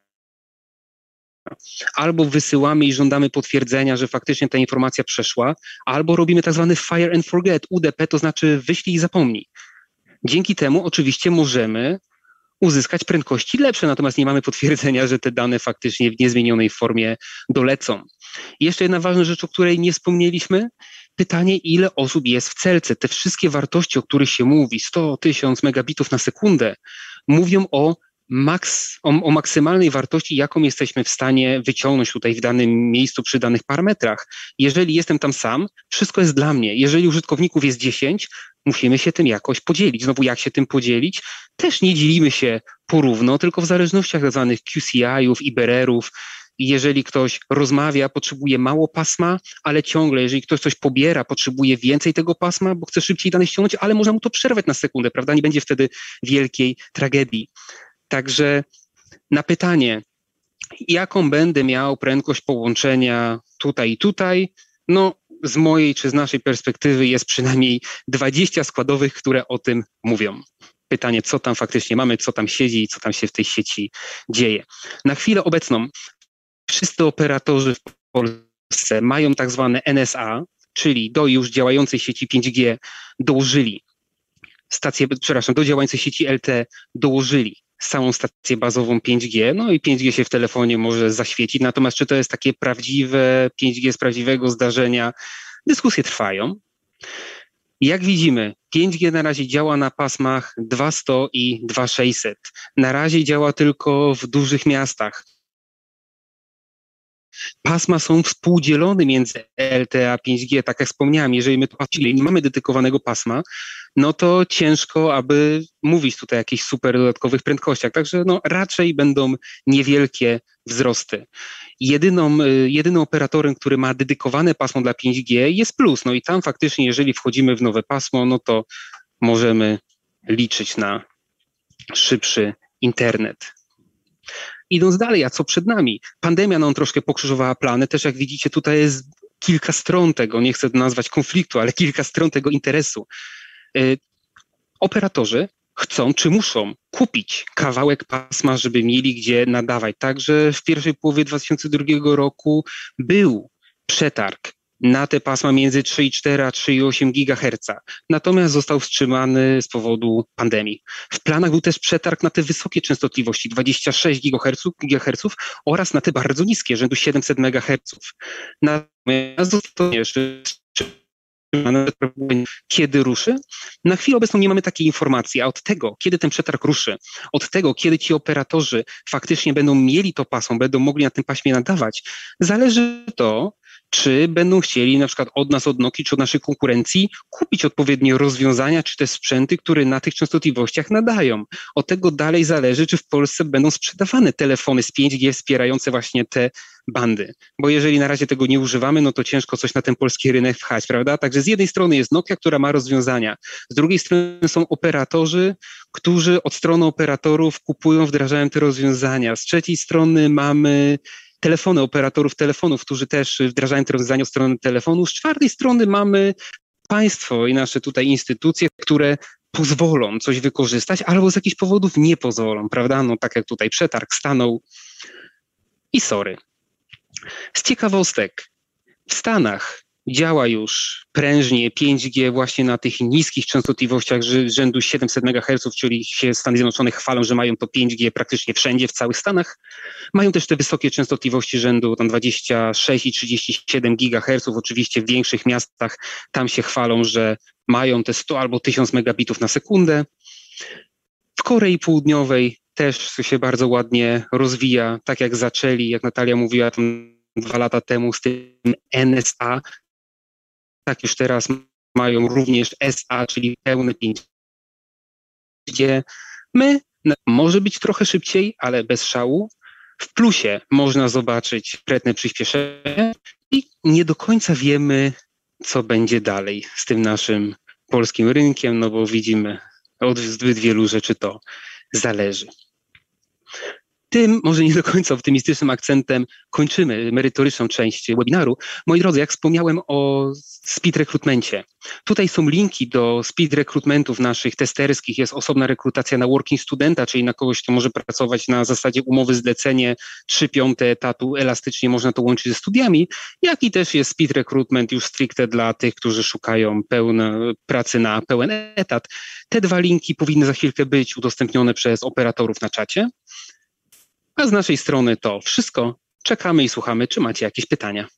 Speaker 3: Albo wysyłamy i żądamy potwierdzenia, że faktycznie ta informacja przeszła, albo robimy tak zwany fire and forget. U D P to znaczy wyślij i zapomnij. Dzięki temu oczywiście możemy uzyskać prędkości lepsze, natomiast nie mamy potwierdzenia, że te dane faktycznie w niezmienionej formie dolecą. I jeszcze jedna ważna rzecz, o której nie wspomnieliśmy. Pytanie, ile osób jest w celce. Te wszystkie wartości, o których się mówi, sto, tysiąc megabitów na sekundę, mówią o Maks, o, o maksymalnej wartości, jaką jesteśmy w stanie wyciągnąć tutaj w danym miejscu przy danych parametrach. Jeżeli jestem tam sam, wszystko jest dla mnie. Jeżeli użytkowników jest dziesięć, musimy się tym jakoś podzielić. Znowu jak się tym podzielić? Też nie dzielimy się porówno, tylko w zależnościach tak zwanych Q C I ów i bearerów. Jeżeli ktoś rozmawia, potrzebuje mało pasma, ale ciągle, jeżeli ktoś coś pobiera, potrzebuje więcej tego pasma, bo chce szybciej dane ściągnąć, ale można mu to przerwać na sekundę, prawda? Nie będzie wtedy wielkiej tragedii. Także na pytanie, jaką będę miał prędkość połączenia tutaj i tutaj, no z mojej czy z naszej perspektywy jest przynajmniej dwadzieścia składowych, które o tym mówią. Pytanie, co tam faktycznie mamy, co tam siedzi i co tam się w tej sieci dzieje. Na chwilę obecną wszyscy operatorzy w Polsce mają tak zwane N S A, czyli do już działającej sieci pięć G dołożyli stację, przepraszam, do działającej sieci L T E dołożyli całą stację bazową pięć G, no i pięć G się w telefonie może zaświecić, natomiast czy to jest takie prawdziwe pięć G z prawdziwego zdarzenia, dyskusje trwają. Jak widzimy, pięć G na razie działa na pasmach dwieście i dwa tysiące sześćset. Na razie działa tylko w dużych miastach. Pasma są współdzielone między L T E a pięć G, tak jak wspomniałem, jeżeli my to patrzyli, nie mamy dedykowanego pasma, no to ciężko, aby mówić tutaj o jakichś super dodatkowych prędkościach, także no raczej będą niewielkie wzrosty. Jedyną, jedynym operatorem, który ma dedykowane pasmo dla pięć G jest Plus, no i tam faktycznie, jeżeli wchodzimy w nowe pasmo, no to możemy liczyć na szybszy internet. Idąc dalej, a co przed nami? Pandemia nam troszkę pokrzyżowała plany, też jak widzicie tutaj jest kilka stron tego, nie chcę nazwać konfliktu, ale kilka stron tego interesu. Yy, operatorzy chcą czy muszą kupić kawałek pasma, żeby mieli gdzie nadawać. Także w pierwszej połowie dwa tysiące drugiego roku był przetarg na te pasma między trzy i cztery a trzy i osiem gigaherca. Natomiast został wstrzymany z powodu pandemii. W planach był też przetarg na te wysokie częstotliwości dwadzieścia sześć gigaherców oraz na te bardzo niskie, rzędu siedemset megaherców. Natomiast został jeszcze kiedy ruszy? Na chwilę obecną nie mamy takiej informacji, a od tego, kiedy ten przetarg ruszy, od tego, kiedy ci operatorzy faktycznie będą mieli to pasmo, będą mogli na tym paśmie nadawać, zależy to, czy będą chcieli na przykład od nas, od Nokii, czy od naszej konkurencji kupić odpowiednie rozwiązania, czy te sprzęty, które na tych częstotliwościach nadają. Od tego dalej zależy, czy w Polsce będą sprzedawane telefony z pięć G wspierające właśnie te bandy. Bo jeżeli na razie tego nie używamy, no to ciężko coś na ten polski rynek wchać, prawda? Także z jednej strony jest Nokia, która ma rozwiązania, z drugiej strony są operatorzy, którzy od strony operatorów kupują, wdrażają te rozwiązania. Z trzeciej strony mamy telefony, operatorów telefonów, którzy też wdrażają te rozwiązania od strony telefonu. Z czwartej strony mamy państwo i nasze tutaj instytucje, które pozwolą coś wykorzystać, albo z jakichś powodów nie pozwolą, prawda? No tak jak tutaj przetarg stanął i sorry. Z ciekawostek, w Stanach działa już prężnie pięć G właśnie na tych niskich częstotliwościach rzędu siedemset megaherców, czyli się Stany Zjednoczone chwalą, że mają to pięć G praktycznie wszędzie, w całych Stanach. Mają też te wysokie częstotliwości rzędu tam dwadzieścia sześć i trzydzieści siedem gigaherców, oczywiście w większych miastach tam się chwalą, że mają te sto albo tysiąc megabitów na sekundę. W Korei Południowej też się bardzo ładnie rozwija, tak jak zaczęli, jak Natalia mówiła tam dwa lata temu z tym N S A, tak już teraz mają również S A, czyli pełne pięć G. My może być trochę szybciej, ale bez szału. W plusie można zobaczyć konkretne przyspieszenie i nie do końca wiemy, co będzie dalej z tym naszym polskim rynkiem, no bo widzimy, od zbyt wielu rzeczy to zależy. Tym może nie do końca optymistycznym akcentem kończymy merytoryczną część webinaru. Moi drodzy, jak wspomniałem o speed rekrutmencie, tutaj są linki do speed rekrutmentów naszych testerskich. Jest osobna rekrutacja na working studenta, czyli na kogoś, kto może pracować na zasadzie umowy zlecenie, trzy piąte etatu, elastycznie można to łączyć ze studiami, jak i też jest speed recruitment już stricte dla tych, którzy szukają pełne, pracy na pełen etat. Te dwa linki powinny za chwilkę być udostępnione przez operatorów na czacie. A z naszej strony to wszystko. Czekamy i słuchamy, czy macie jakieś pytania.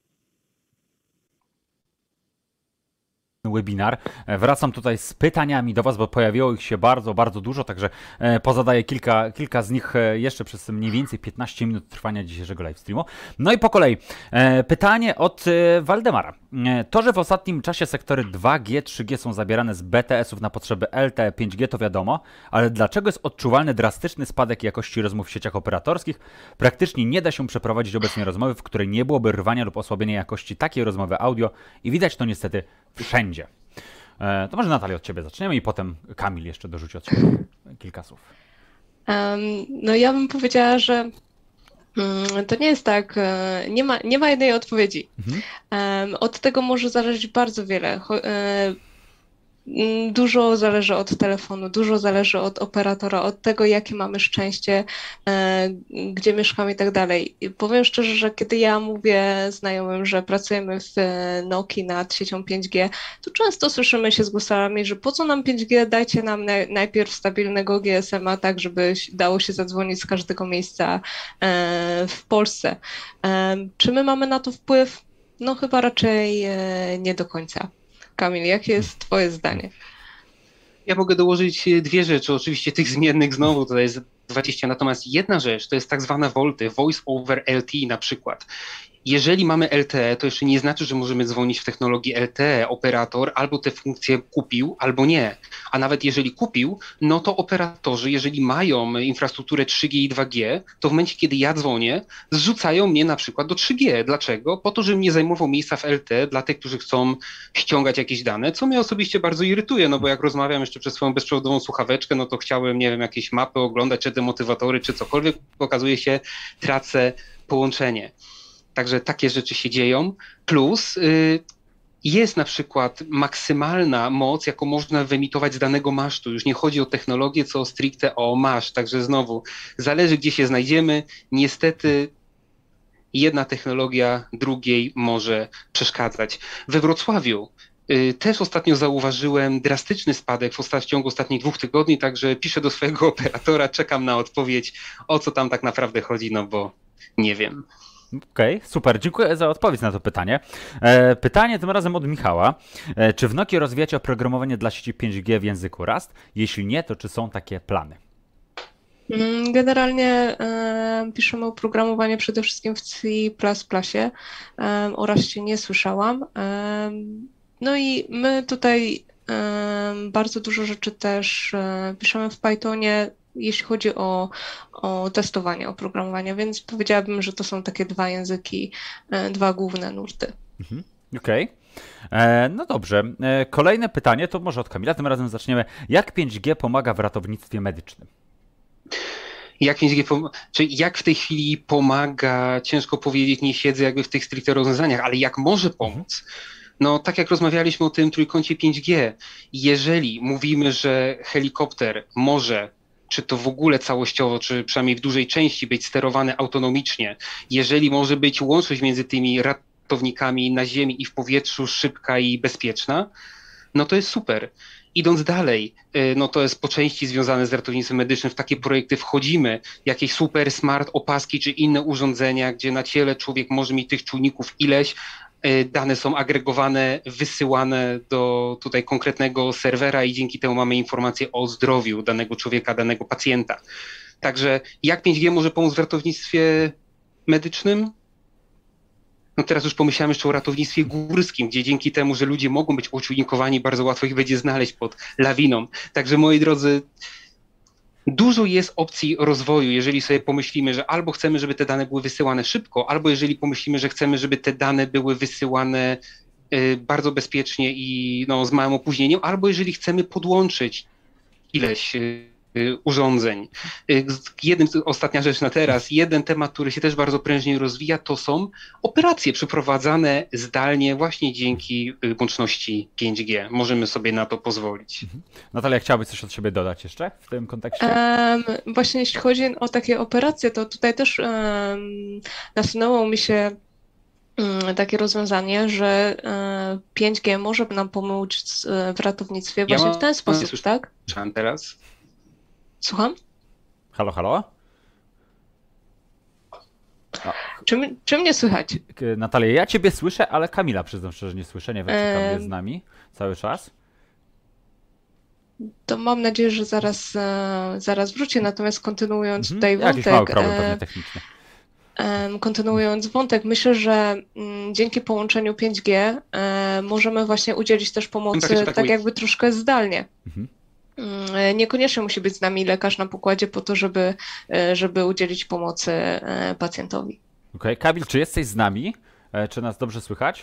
Speaker 1: Webinar. Wracam tutaj z pytaniami do Was, bo pojawiło ich się bardzo, bardzo dużo, także pozadaję kilka, kilka z nich jeszcze przez mniej więcej piętnaście minut trwania dzisiejszego livestreamu. No i po kolei pytanie od Waldemara. To, że w ostatnim czasie sektory dwa G, trzy G są zabierane z B T S-ów na potrzeby L T E, pięć G to wiadomo, ale dlaczego jest odczuwalny drastyczny spadek jakości rozmów w sieciach operatorskich? Praktycznie nie da się przeprowadzić obecnie rozmowy, w której nie byłoby rwania lub osłabienia jakości takiej rozmowy audio i widać to niestety wszędzie. To może Natalia od Ciebie zaczniemy i potem Kamil jeszcze dorzuci od siebie kilka słów.
Speaker 2: Um, no ja bym powiedziała, że um, to nie jest tak, nie ma, nie ma jednej odpowiedzi. Mhm. Um, od tego może zależeć bardzo wiele. Cho, um, Dużo zależy od telefonu, dużo zależy od operatora, od tego, jakie mamy szczęście, e, gdzie mieszkamy i tak dalej. I powiem szczerze, że kiedy ja mówię znajomym, że pracujemy w Nokii nad siecią pięć G, to często słyszymy się z głosami, że po co nam pięć G, dajcie nam na, najpierw stabilnego G S M-a, tak żeby dało się zadzwonić z każdego miejsca e, w Polsce. E, czy my mamy na to wpływ? No chyba raczej e, nie do końca. Kamil, jakie jest Twoje zdanie?
Speaker 3: Ja mogę dołożyć dwie rzeczy. Oczywiście tych zmiennych znowu tutaj jest dwadzieścia, natomiast jedna rzecz to jest tak zwana VoLTE, Voice over L T E na przykład. Jeżeli mamy L T E, to jeszcze nie znaczy, że możemy dzwonić w technologii L T E. Operator albo te funkcje kupił, albo nie. A nawet jeżeli kupił, no to operatorzy, jeżeli mają infrastrukturę trzy G i dwa G, to w momencie, kiedy ja dzwonię, zrzucają mnie na przykład do trzy G. Dlaczego? Po to, żebym nie zajmował miejsca w L T E dla tych, którzy chcą ściągać jakieś dane, co mnie osobiście bardzo irytuje, no bo jak rozmawiam jeszcze przez swoją bezprzewodową słuchaweczkę, no to chciałem, nie wiem, jakieś mapy oglądać, czy demotywatory, czy cokolwiek, okazuje się, tracę połączenie. Także takie rzeczy się dzieją, plus y, jest na przykład maksymalna moc, jaką można wyemitować z danego masztu. Już nie chodzi o technologię, co stricte o maszt, także znowu zależy, gdzie się znajdziemy. Niestety jedna technologia drugiej może przeszkadzać. We Wrocławiu y, też ostatnio zauważyłem drastyczny spadek w, w ciągu ostatnich dwóch tygodni, także piszę do swojego operatora, czekam na odpowiedź, o co tam tak naprawdę chodzi, no bo nie wiem.
Speaker 1: Okej, okay, super. Dziękuję za odpowiedź na to pytanie. E, pytanie tym razem od Michała. E, czy w Nokii rozwijacie oprogramowanie dla sieci pięć G w języku Rust? Jeśli nie, to czy są takie plany?
Speaker 2: Generalnie e, piszemy oprogramowanie przede wszystkim w C plus plus, e, o Rustie nie słyszałam. E, no i my tutaj e, bardzo dużo rzeczy też e, piszemy w Pythonie, jeśli chodzi o, o testowanie oprogramowania, więc powiedziałabym, że to są takie dwa języki, dwa główne nurty.
Speaker 1: Mhm. Okej. Okay. No dobrze. E, kolejne pytanie, to może od Kamila, tym razem zaczniemy. Jak pięć G pomaga w ratownictwie medycznym?
Speaker 3: Jak pięć G pom- czy jak w tej chwili pomaga, ciężko powiedzieć, nie siedzę jakby w tych stricte rozwiązaniach, ale jak może pomóc? No tak jak rozmawialiśmy o tym trójkącie pięć G, jeżeli mówimy, że helikopter może czy to w ogóle całościowo, czy przynajmniej w dużej części być sterowany autonomicznie, jeżeli może być łączność między tymi ratownikami na ziemi i w powietrzu szybka i bezpieczna, no to jest super. Idąc dalej, no to jest po części związane z ratownictwem medycznym, w takie projekty wchodzimy, jakieś super smart opaski czy inne urządzenia, gdzie na ciele człowiek może mieć tych czujników ileś, dane są agregowane, wysyłane do tutaj konkretnego serwera i dzięki temu mamy informacje o zdrowiu danego człowieka, danego pacjenta. Także jak pięć G może pomóc w ratownictwie medycznym? No teraz już pomyślałem jeszcze o ratownictwie górskim, gdzie dzięki temu, że ludzie mogą być uczujnikowani, bardzo łatwo ich będzie znaleźć pod lawiną. Także moi drodzy, dużo jest opcji rozwoju, jeżeli sobie pomyślimy, że albo chcemy, żeby te dane były wysyłane szybko, albo jeżeli pomyślimy, że chcemy, żeby te dane były wysyłane bardzo bezpiecznie i no, z małym opóźnieniem, albo jeżeli chcemy podłączyć ileś urządzeń. Jeden, ostatnia rzecz na teraz, jeden temat, który się też bardzo prężnie rozwija, to są operacje przeprowadzane zdalnie właśnie dzięki łączności pięć G. Możemy sobie na to pozwolić.
Speaker 1: Mhm. Natalia, chciałabyś coś od siebie dodać jeszcze w tym kontekście?
Speaker 2: Um, właśnie jeśli chodzi o takie operacje, to tutaj też um, nasunęło mi się takie rozwiązanie, że pięć G może nam pomóc w ratownictwie właśnie
Speaker 3: ja
Speaker 2: w ten sposób,
Speaker 3: słyszę,
Speaker 2: tak?
Speaker 3: Słyszałem teraz.
Speaker 2: Słucham?
Speaker 1: Halo, halo?
Speaker 2: Czy, czy mnie słychać?
Speaker 1: Natalia, ja ciebie słyszę, ale Kamila przyznam szczerze nie słyszę, nie wiem, czy Kamil jest z nami cały czas.
Speaker 2: To mam nadzieję, że zaraz, zaraz wróci, natomiast kontynuując
Speaker 1: Mhm.
Speaker 2: tutaj wątek...
Speaker 1: Jakiś mały problem pewnie techniczny.
Speaker 2: Kontynuując wątek, myślę, że dzięki połączeniu pięć G możemy właśnie udzielić też pomocy tak jakby troszkę zdalnie. Mhm. Niekoniecznie musi być z nami lekarz na pokładzie po to, żeby, żeby udzielić pomocy pacjentowi.
Speaker 1: Okej, okay. Kamil, czy jesteś z nami? Czy nas dobrze słychać?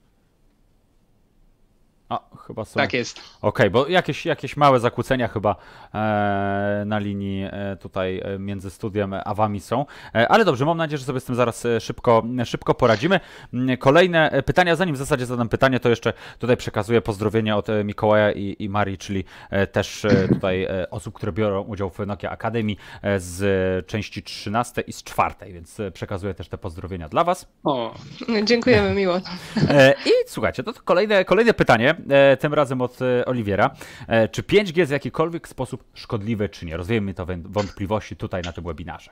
Speaker 1: O, chyba są.
Speaker 3: Tak jest.
Speaker 1: Okej, okay, bo jakieś, jakieś małe zakłócenia chyba e, na linii e, tutaj e, między studiem a wami są. E, ale dobrze, mam nadzieję, że sobie z tym zaraz e, szybko, szybko poradzimy. Kolejne pytania, zanim w zasadzie zadam pytanie, to jeszcze tutaj przekazuję pozdrowienia od Mikołaja i, i Marii, czyli e, też e, tutaj e, osób, które biorą udział w Nokia Academy e, z części trzynastej i z czwartej, więc przekazuję też te pozdrowienia dla was.
Speaker 3: O.
Speaker 2: Dziękujemy, miło.
Speaker 1: E, I słuchajcie, to, to kolejne, kolejne pytanie. Tym razem od Oliwiera. Czy pięć G w jakikolwiek sposób szkodliwe, czy nie? Rozwiejmy to wątpliwości tutaj na tym webinarze.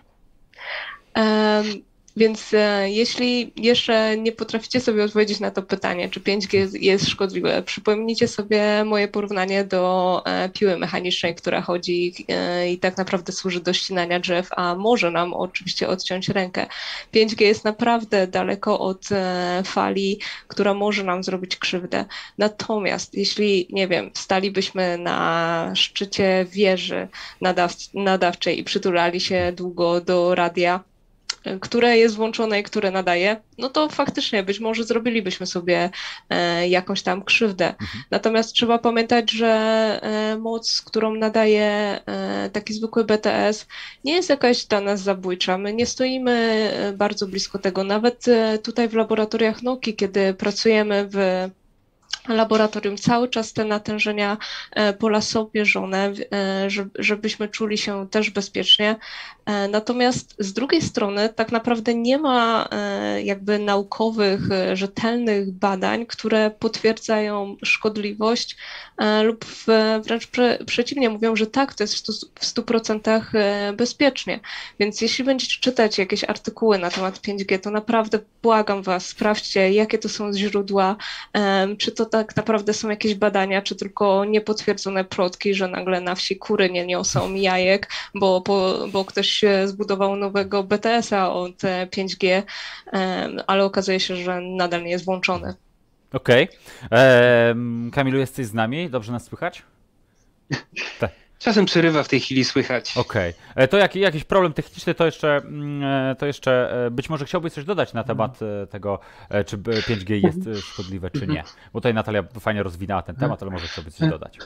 Speaker 2: Um, więc e, jeśli jeszcze nie potraficie sobie odpowiedzieć na to pytanie, czy pięć G jest szkodliwe, przypomnijcie sobie moje porównanie do e, piły mechanicznej, która chodzi e, i tak naprawdę służy do ścinania drzew, a może nam oczywiście odciąć rękę. pięć G jest naprawdę daleko od e, fali, która może nam zrobić krzywdę. Natomiast jeśli, nie wiem, stalibyśmy na szczycie wieży nadaw nadawczej i przytulali się długo do radia, które jest włączone i które nadaje, no to faktycznie być może zrobilibyśmy sobie e, jakąś tam krzywdę. Mhm. Natomiast trzeba pamiętać, że e, moc, którą nadaje e, taki zwykły B T S, nie jest jakaś dla nas zabójcza. My nie stoimy bardzo blisko tego. Nawet e, tutaj w laboratoriach Nokii, kiedy pracujemy w laboratorium, cały czas te natężenia pola są mierzone, żebyśmy czuli się też bezpiecznie. Natomiast z drugiej strony tak naprawdę nie ma jakby naukowych, rzetelnych badań, które potwierdzają szkodliwość lub wręcz pre, przeciwnie, mówią, że tak, to jest w stu procentach bezpiecznie. Więc jeśli będziecie czytać jakieś artykuły na temat pięć G, to naprawdę błagam was, sprawdźcie, jakie to są źródła, czy to tak naprawdę są jakieś badania, czy tylko niepotwierdzone plotki, że nagle na wsi kury nie niosą jajek, bo, bo, bo ktoś zbudował nowego B T S-a od pięć G, ale okazuje się, że nadal nie jest włączony.
Speaker 1: Okej. Okay. Kamilu, jesteś z nami? Dobrze nas słychać?
Speaker 3: Tak. Czasem przerywa w tej chwili słychać.
Speaker 1: Okej. Okay. To jak, jakiś problem techniczny, to jeszcze, to jeszcze być może chciałbyś coś dodać na temat tego, czy pięć G jest szkodliwe, czy nie. Bo tutaj Natalia fajnie rozwinęła ten temat, ale może chciałbyś coś dodać.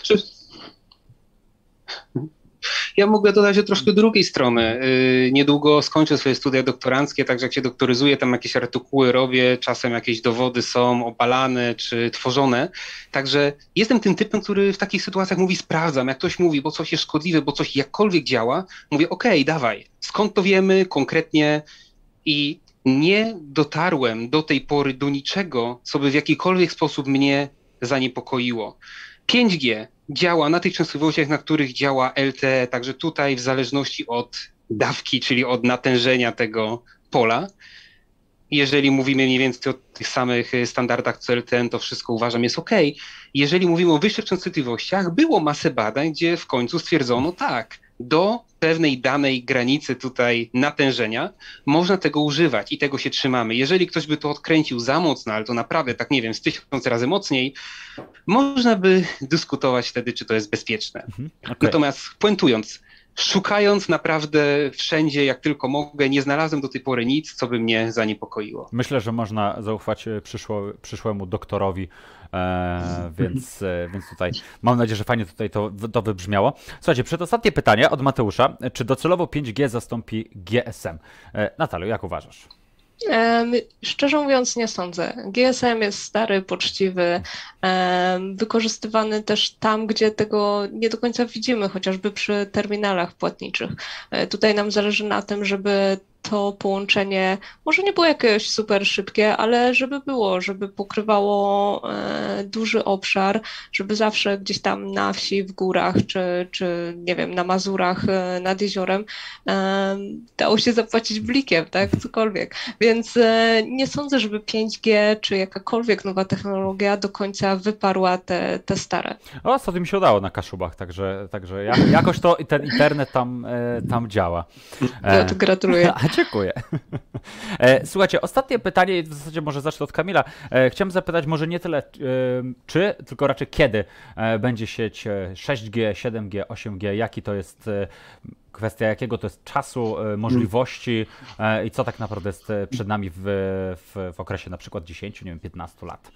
Speaker 3: Ja mogę dodać od troszkę drugiej strony. Niedługo skończę swoje studia doktoranckie, także jak się doktoryzuję, tam jakieś artykuły robię, czasem jakieś dowody są obalane czy tworzone. Także jestem tym typem, który w takich sytuacjach mówi sprawdzam. Jak ktoś mówi, bo coś jest szkodliwe, bo coś jakkolwiek działa, mówię okej, okay, dawaj. Skąd to wiemy konkretnie? I nie dotarłem do tej pory do niczego, co by w jakikolwiek sposób mnie zaniepokoiło. pięć G działa na tych częstotliwościach, na których działa L T E, także tutaj w zależności od dawki, czyli od natężenia tego pola. Jeżeli mówimy mniej więcej o tych samych standardach co L T E, to wszystko uważam jest ok. Jeżeli mówimy o wyższych częstotliwościach, było masę badań, gdzie w końcu stwierdzono tak, do pewnej danej granicy tutaj natężenia można tego używać i tego się trzymamy. Jeżeli ktoś by to odkręcił za mocno, ale to naprawdę tak nie wiem, z tysiąc razy mocniej, można by dyskutować wtedy, czy to jest bezpieczne.
Speaker 1: Mhm, okay.
Speaker 3: Natomiast puentując, szukając naprawdę wszędzie, jak tylko mogę, nie znalazłem do tej pory nic, co by mnie zaniepokoiło.
Speaker 1: Myślę, że można zaufać przyszło, przyszłemu doktorowi, e, więc, e, więc tutaj mam nadzieję, że fajnie tutaj to, to wybrzmiało. Słuchajcie, przedostatnie pytanie od Mateusza. Czy docelowo pięć G zastąpi G S M? E, Natalio, jak uważasz?
Speaker 2: Um, szczerze mówiąc nie sądzę. G S M jest stary, poczciwy, um, wykorzystywany też tam, gdzie tego nie do końca widzimy, chociażby przy terminalach płatniczych. E, tutaj nam zależy na tym, żeby to połączenie może nie było jakieś super szybkie, ale żeby było, żeby pokrywało e, duży obszar, żeby zawsze gdzieś tam na wsi, w górach, czy, czy nie wiem, na Mazurach e, nad jeziorem e, dało się zapłacić blikiem, tak, cokolwiek. Więc e, nie sądzę, żeby pięć G czy jakakolwiek nowa technologia do końca wyparła te, te stare.
Speaker 1: O, ostatnio mi się udało na Kaszubach, także, także jak, jakoś to ten internet tam, e, tam działa.
Speaker 2: E, ja to gratuluję.
Speaker 1: Dziękuję. Słuchajcie, ostatnie pytanie, w zasadzie może zacznę od Kamila. Chciałem zapytać może nie tyle czy, tylko raczej kiedy będzie sieć sześć G, siedem G, osiem G, jaki to jest kwestia, jakiego to jest czasu, możliwości i co tak naprawdę jest przed nami w, w, w okresie na przykład dziesięć, nie wiem, piętnastu lat.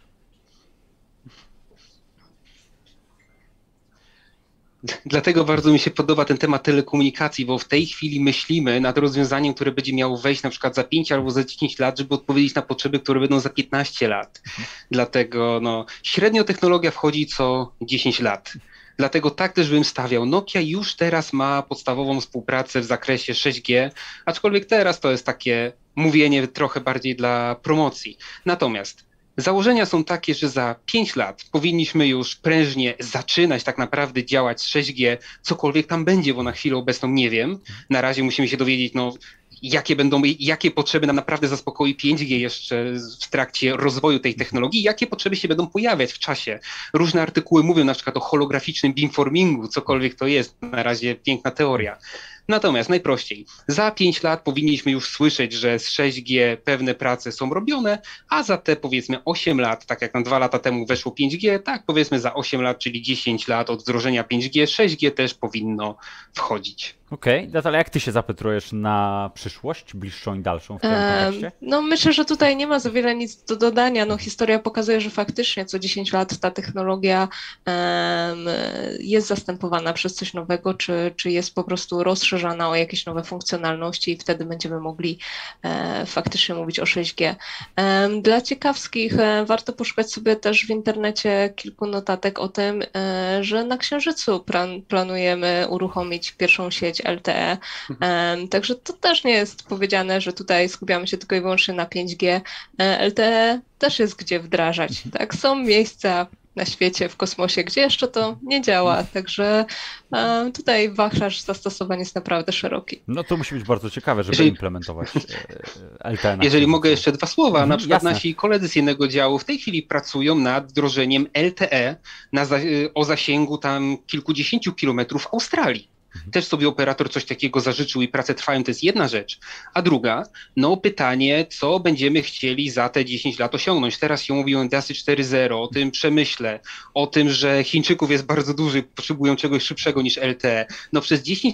Speaker 3: Dlatego bardzo mi się podoba ten temat telekomunikacji, bo w tej chwili myślimy nad rozwiązaniem, które będzie miało wejść na przykład za pięć albo za dziesięć lat, żeby odpowiedzieć na potrzeby, które będą za piętnaście lat. Dlatego no, średnio technologia wchodzi co dziesięć lat. Dlatego tak też bym stawiał. Nokia już teraz ma podstawową współpracę w zakresie sześć G, aczkolwiek teraz to jest takie mówienie trochę bardziej dla promocji. Natomiast założenia są takie, że za pięć lat powinniśmy już prężnie zaczynać tak naprawdę działać z sześć G, cokolwiek tam będzie, bo na chwilę obecną nie wiem. Na razie musimy się dowiedzieć, no, jakie będą, jakie potrzeby nam naprawdę zaspokoi pięć G jeszcze w trakcie rozwoju tej technologii, jakie potrzeby się będą pojawiać w czasie. Różne artykuły mówią na przykład o holograficznym beamformingu, cokolwiek to jest, na razie piękna teoria. Natomiast najprościej, za pięć lat powinniśmy już słyszeć, że z sześć G pewne prace są robione, a za te powiedzmy osiem lat, tak jak nam dwa lata temu weszło pięć G, tak powiedzmy za osiem lat, czyli dziesięć lat od wdrożenia pięć G, sześć G też powinno wchodzić.
Speaker 1: Okej, okay. Natalia, jak ty się zapatrujesz na przyszłość bliższą i dalszą w tym kontekście?
Speaker 2: No myślę, że tutaj nie ma za wiele nic do dodania. No historia pokazuje, że faktycznie co dziesięć lat ta technologia um, jest zastępowana przez coś nowego, czy, czy jest po prostu rozszerzana o jakieś nowe funkcjonalności i wtedy będziemy mogli e, faktycznie mówić o sześć G. E, dla ciekawskich e, warto poszukać sobie też w internecie kilku notatek o tym, e, że na Księżycu plan, planujemy uruchomić pierwszą sieć L T E. Um, także to też nie jest powiedziane, że tutaj skupiamy się tylko i wyłącznie na pięć G. L T E też jest gdzie wdrażać. Tak? Są miejsca na świecie, w kosmosie, gdzie jeszcze to nie działa. Także um, tutaj wachlarz zastosowań jest naprawdę szeroki.
Speaker 1: No to musi być bardzo ciekawe, żeby
Speaker 3: jeżeli,
Speaker 1: implementować L T E.
Speaker 3: Jeżeli mogę jeszcze dwa słowa,
Speaker 1: mhm,
Speaker 3: na przykład
Speaker 1: jasne.
Speaker 3: Nasi koledzy z jednego działu w tej chwili pracują nad wdrożeniem L T E na, o zasięgu tam kilkudziesięciu kilometrów w Australii. Też sobie operator coś takiego zażyczył i prace trwają, to jest jedna rzecz. A druga, no pytanie, co będziemy chcieli za te dziesięć lat osiągnąć. Teraz się mówi o Industry cztery zero, o tym przemyśle, o tym, że Chińczyków jest bardzo dużo, potrzebują czegoś szybszego niż L T E. No przez dziesięć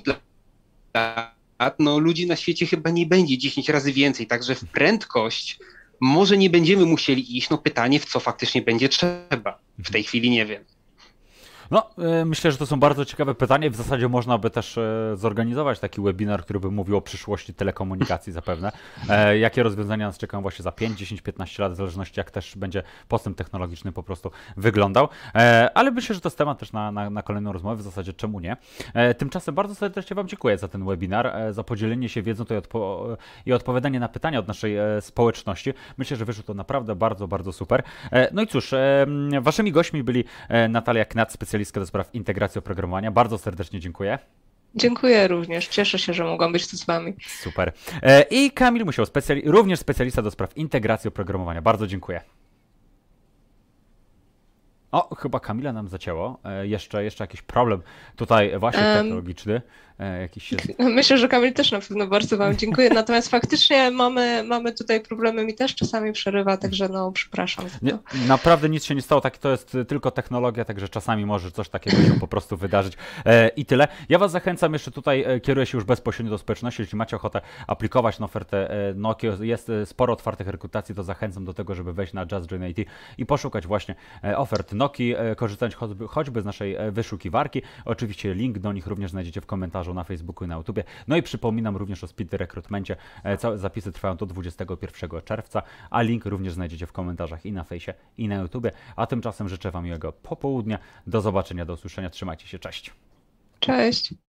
Speaker 3: lat no ludzi na świecie chyba nie będzie dziesięć razy więcej, także w prędkość może nie będziemy musieli iść. No pytanie, w co faktycznie będzie trzeba. W tej chwili nie wiem.
Speaker 1: No, myślę, że to są bardzo ciekawe pytania. W zasadzie można by też zorganizować taki webinar, który by mówił o przyszłości telekomunikacji zapewne. Jakie rozwiązania nas czekają właśnie za pięć, dziesięć, piętnaście lat, w zależności jak też będzie postęp technologiczny po prostu wyglądał. Ale myślę, że to jest temat też na, na, na kolejną rozmowę, w zasadzie czemu nie. Tymczasem bardzo serdecznie Wam dziękuję za ten webinar, za podzielenie się wiedzą i, odpo i odpowiadanie na pytania od naszej społeczności. Myślę, że wyszło to naprawdę bardzo, bardzo super. No i cóż, Waszymi gośćmi byli Natalia Knat, specjalistka do spraw integracji oprogramowania. Bardzo serdecznie dziękuję.
Speaker 2: Dziękuję również. Cieszę się, że mogłam być tu z Wami.
Speaker 1: Super. I Kamil Musiał, specjali również specjalista do spraw integracji oprogramowania. Bardzo dziękuję. O, chyba Kamila nam zacięło. E, jeszcze, jeszcze jakiś problem tutaj właśnie
Speaker 2: Em,
Speaker 1: technologiczny. E, jakiś się...
Speaker 2: Myślę, że Kamil też na pewno bardzo Wam dziękuję, natomiast faktycznie mamy, mamy tutaj problemy, mi też czasami przerywa, także no przepraszam za
Speaker 1: Nie,
Speaker 2: to.
Speaker 1: naprawdę nic się nie stało, tak, to jest tylko technologia, także czasami może coś takiego się po prostu wydarzyć e, i tyle. Ja Was zachęcam jeszcze tutaj, e, kieruję się już bezpośrednio do społeczności, jeśli macie ochotę aplikować na ofertę e, Nokii, jest e, sporo otwartych rekrutacji, to zachęcam do tego, żeby wejść na JustJoin I T i poszukać właśnie e, ofert Nokii, e, korzystać choćby, choćby z naszej e, wyszukiwarki. Oczywiście link do nich również znajdziecie w komentarzu na Facebooku i na YouTubie. No i przypominam również o Speed Rekrutmencie. E, całe zapisy trwają do dwudziestego pierwszego czerwca, a link również znajdziecie w komentarzach i na fejsie, i na YouTubie. A tymczasem życzę Wam miłego popołudnia. Do zobaczenia, do usłyszenia. Trzymajcie się, cześć.
Speaker 2: Cześć.